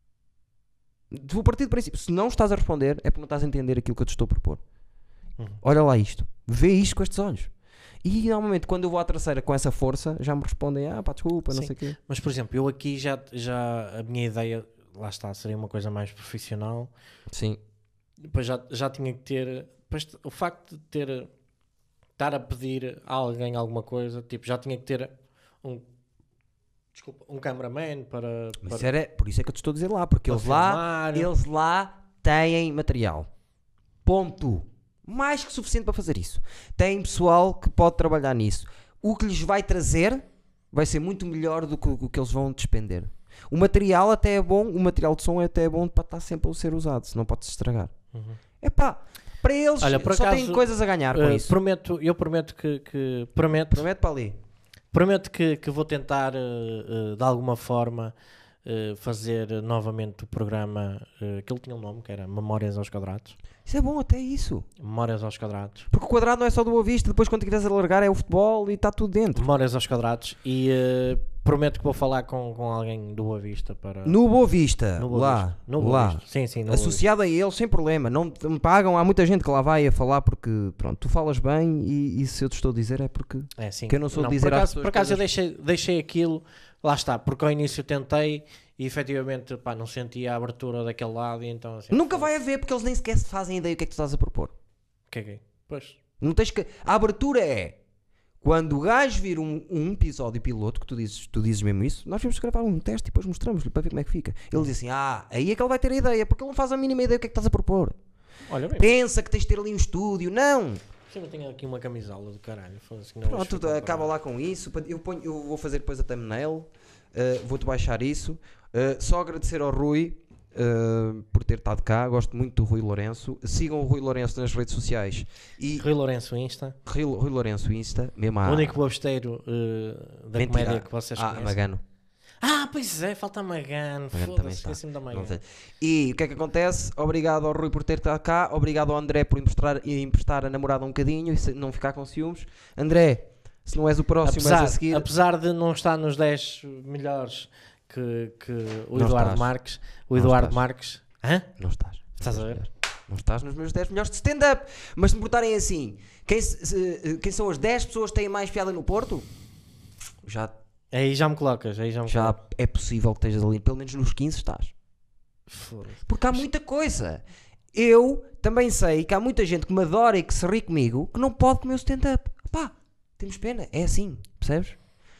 Vou partir do princípio, se não estás a responder, é porque não estás a entender aquilo que eu te estou a propor. Uhum. Olha lá isto, vê isto com estes olhos. E normalmente quando eu vou à terceira com essa força já me respondem, ah pá, desculpa, não Sim. sei o quê. Mas por exemplo, eu aqui já, já a minha ideia, lá está, seria uma coisa mais profissional. Sim. Depois já, já tinha que ter, depois, o facto de ter, estar a pedir a alguém alguma coisa, tipo, já tinha que ter um, desculpa, um cameraman para... Mas para era, por isso é que eu te estou a dizer lá, porque eles lá, eles lá têm material. Ponto. Mais que suficiente para fazer isso. Tem pessoal que pode trabalhar nisso. O que lhes vai trazer vai ser muito melhor do que o que eles vão despender. O material até é bom, o material de som até é bom para estar sempre a ser usado, senão pode-se estragar. Uhum. Epá, para eles Olha, por só acaso, têm coisas a ganhar com uh, isso. Prometo, eu prometo que, que prometo, prometo para ali. Prometo que, que vou tentar uh, uh, de alguma forma uh, fazer novamente o programa uh, que ele tinha um nome, que era Memórias aos Quadrados. Isso é bom, até isso. Memórias aos Quadrados. Porque o quadrado não é só do Boa Vista, depois quando quiseres alargar é o futebol e está tudo dentro. Memórias aos Quadrados. E uh, prometo que vou falar com, com alguém do Boa Vista para... No Boa Vista, no Boa lá, Vista. No Boa lá. Vista. Sim, sim, no associado a eles, sem problema. Não me pagam, há muita gente que lá vai a falar porque, pronto, tu falas bem e, e se eu te estou a dizer é porque é, sim. que eu não sou não, de dizer por acaso, às pessoas por acaso coisas... eu deixei, deixei aquilo, lá está, porque ao início tentei e efetivamente pá, não sentia a abertura daquele lado e então assim, nunca vai haver porque eles nem sequer se fazem ideia do que é que tu estás a propor. O que é que é? Pois. Não tens que... A abertura é quando o gajo vir um, um episódio piloto, que tu dizes, tu dizes mesmo isso, nós vamos gravar um teste e depois mostramos-lhe para ver como é que fica. Ele diz assim, ah, aí é que ele vai ter a ideia, porque ele não faz a mínima ideia do que é que estás a propor. Olha bem. Pensa que tens de ter ali um estúdio, não. Sim, eu tenho aqui uma camisola do caralho. Assim, pronto, acaba lá com isso. Eu, ponho, eu vou fazer depois a thumbnail, uh, vou-te baixar isso. Uh, só agradecer ao Rui uh, por ter estado cá. Gosto muito do Rui Lourenço. Sigam o Rui Lourenço nas redes sociais. E Rui Lourenço Insta. Rui, Rui Lourenço Insta. Mesmo o único bosteiro uh, da Mentira. Comédia que vocês ah, conhecem. Magano. Ah, pois é, falta Magano. Foda-se, esqueci-me da Magano. E o que é que acontece? Obrigado ao Rui por ter estado cá. Obrigado ao André por emprestar, emprestar a namorada um bocadinho e não ficar com ciúmes. André, se não és o próximo, apesar, és a seguir. Apesar de não estar nos dez melhores que, que o não Eduardo estás. Marques. O não Eduardo estás. Marques. Hã? Não estás. Estás não a ver? Melhores. Não estás nos meus dez melhores de stand-up. Mas se me portarem assim, quem, se, quem são as dez pessoas que têm mais piada no Porto? Já... Aí já me colocas, aí já me Já colocas. é possível que estejas ali, pelo menos nos quinze estás. Foda-se. Porque há muita coisa. Eu também sei que há muita gente que me adora e que se ri comigo que não pode comer o stand-up. Pá, temos pena. É assim, percebes?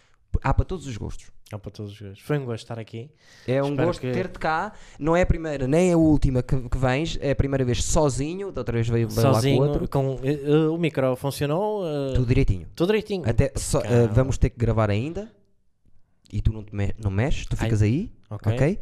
Há para todos os gostos. Há para todos os gostos. Foi um gosto estar aqui. É um Espero gosto que... ter-te cá. Não é a primeira nem a última que, que vens. É a primeira vez sozinho. Da outra vez veio, veio sozinho, lá com outro. Com, uh, o micro funcionou. Uh, Tudo direitinho. Tudo direitinho. Até só, uh, vamos ter que gravar ainda. E tu não, te me não mexes, tu ficas Ai. aí, ok? okay?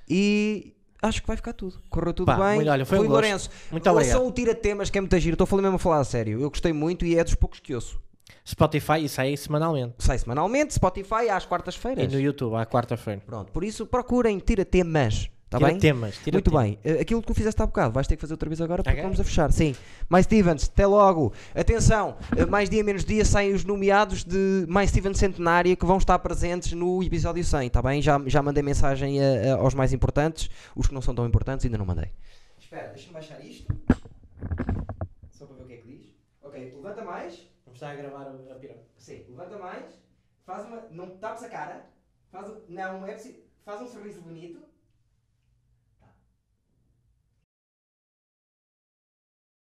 E acho que vai ficar tudo. Correu tudo Pá, bem. Muito, olha, foi Rui um Lourenço, muito obrigado. Ouçam o Tira-Temas, que é muito giro. Estou a falar mesmo a falar a sério. Eu gostei muito e é dos poucos que ouço. Spotify e sai semanalmente. Sai semanalmente, Spotify às quartas-feiras. E no YouTube à quarta-feira. Pronto, por isso procurem Tira-Temas. Tá tira bem? temas. Tira Muito temas. bem. Uh, aquilo que tu fizeste há bocado, vais ter que fazer outra vez agora porque Ok. vamos a fechar. Sim. Mais Stevens, até logo. Atenção, uh, mais dia menos dia saem os nomeados de Mais Stevens Centenária que vão estar presentes no episódio cem, tá bem? Já, já mandei mensagem a, a, aos mais importantes. Os que não são tão importantes ainda não mandei. Espera, deixa-me baixar isto. Só para ver o que é que diz. Ok, levanta mais. Vamos estar a gravar a piroca. Sim, levanta mais. Faz uma... Não tapes a cara. Faz, não, é preciso... Faz um sorriso bonito.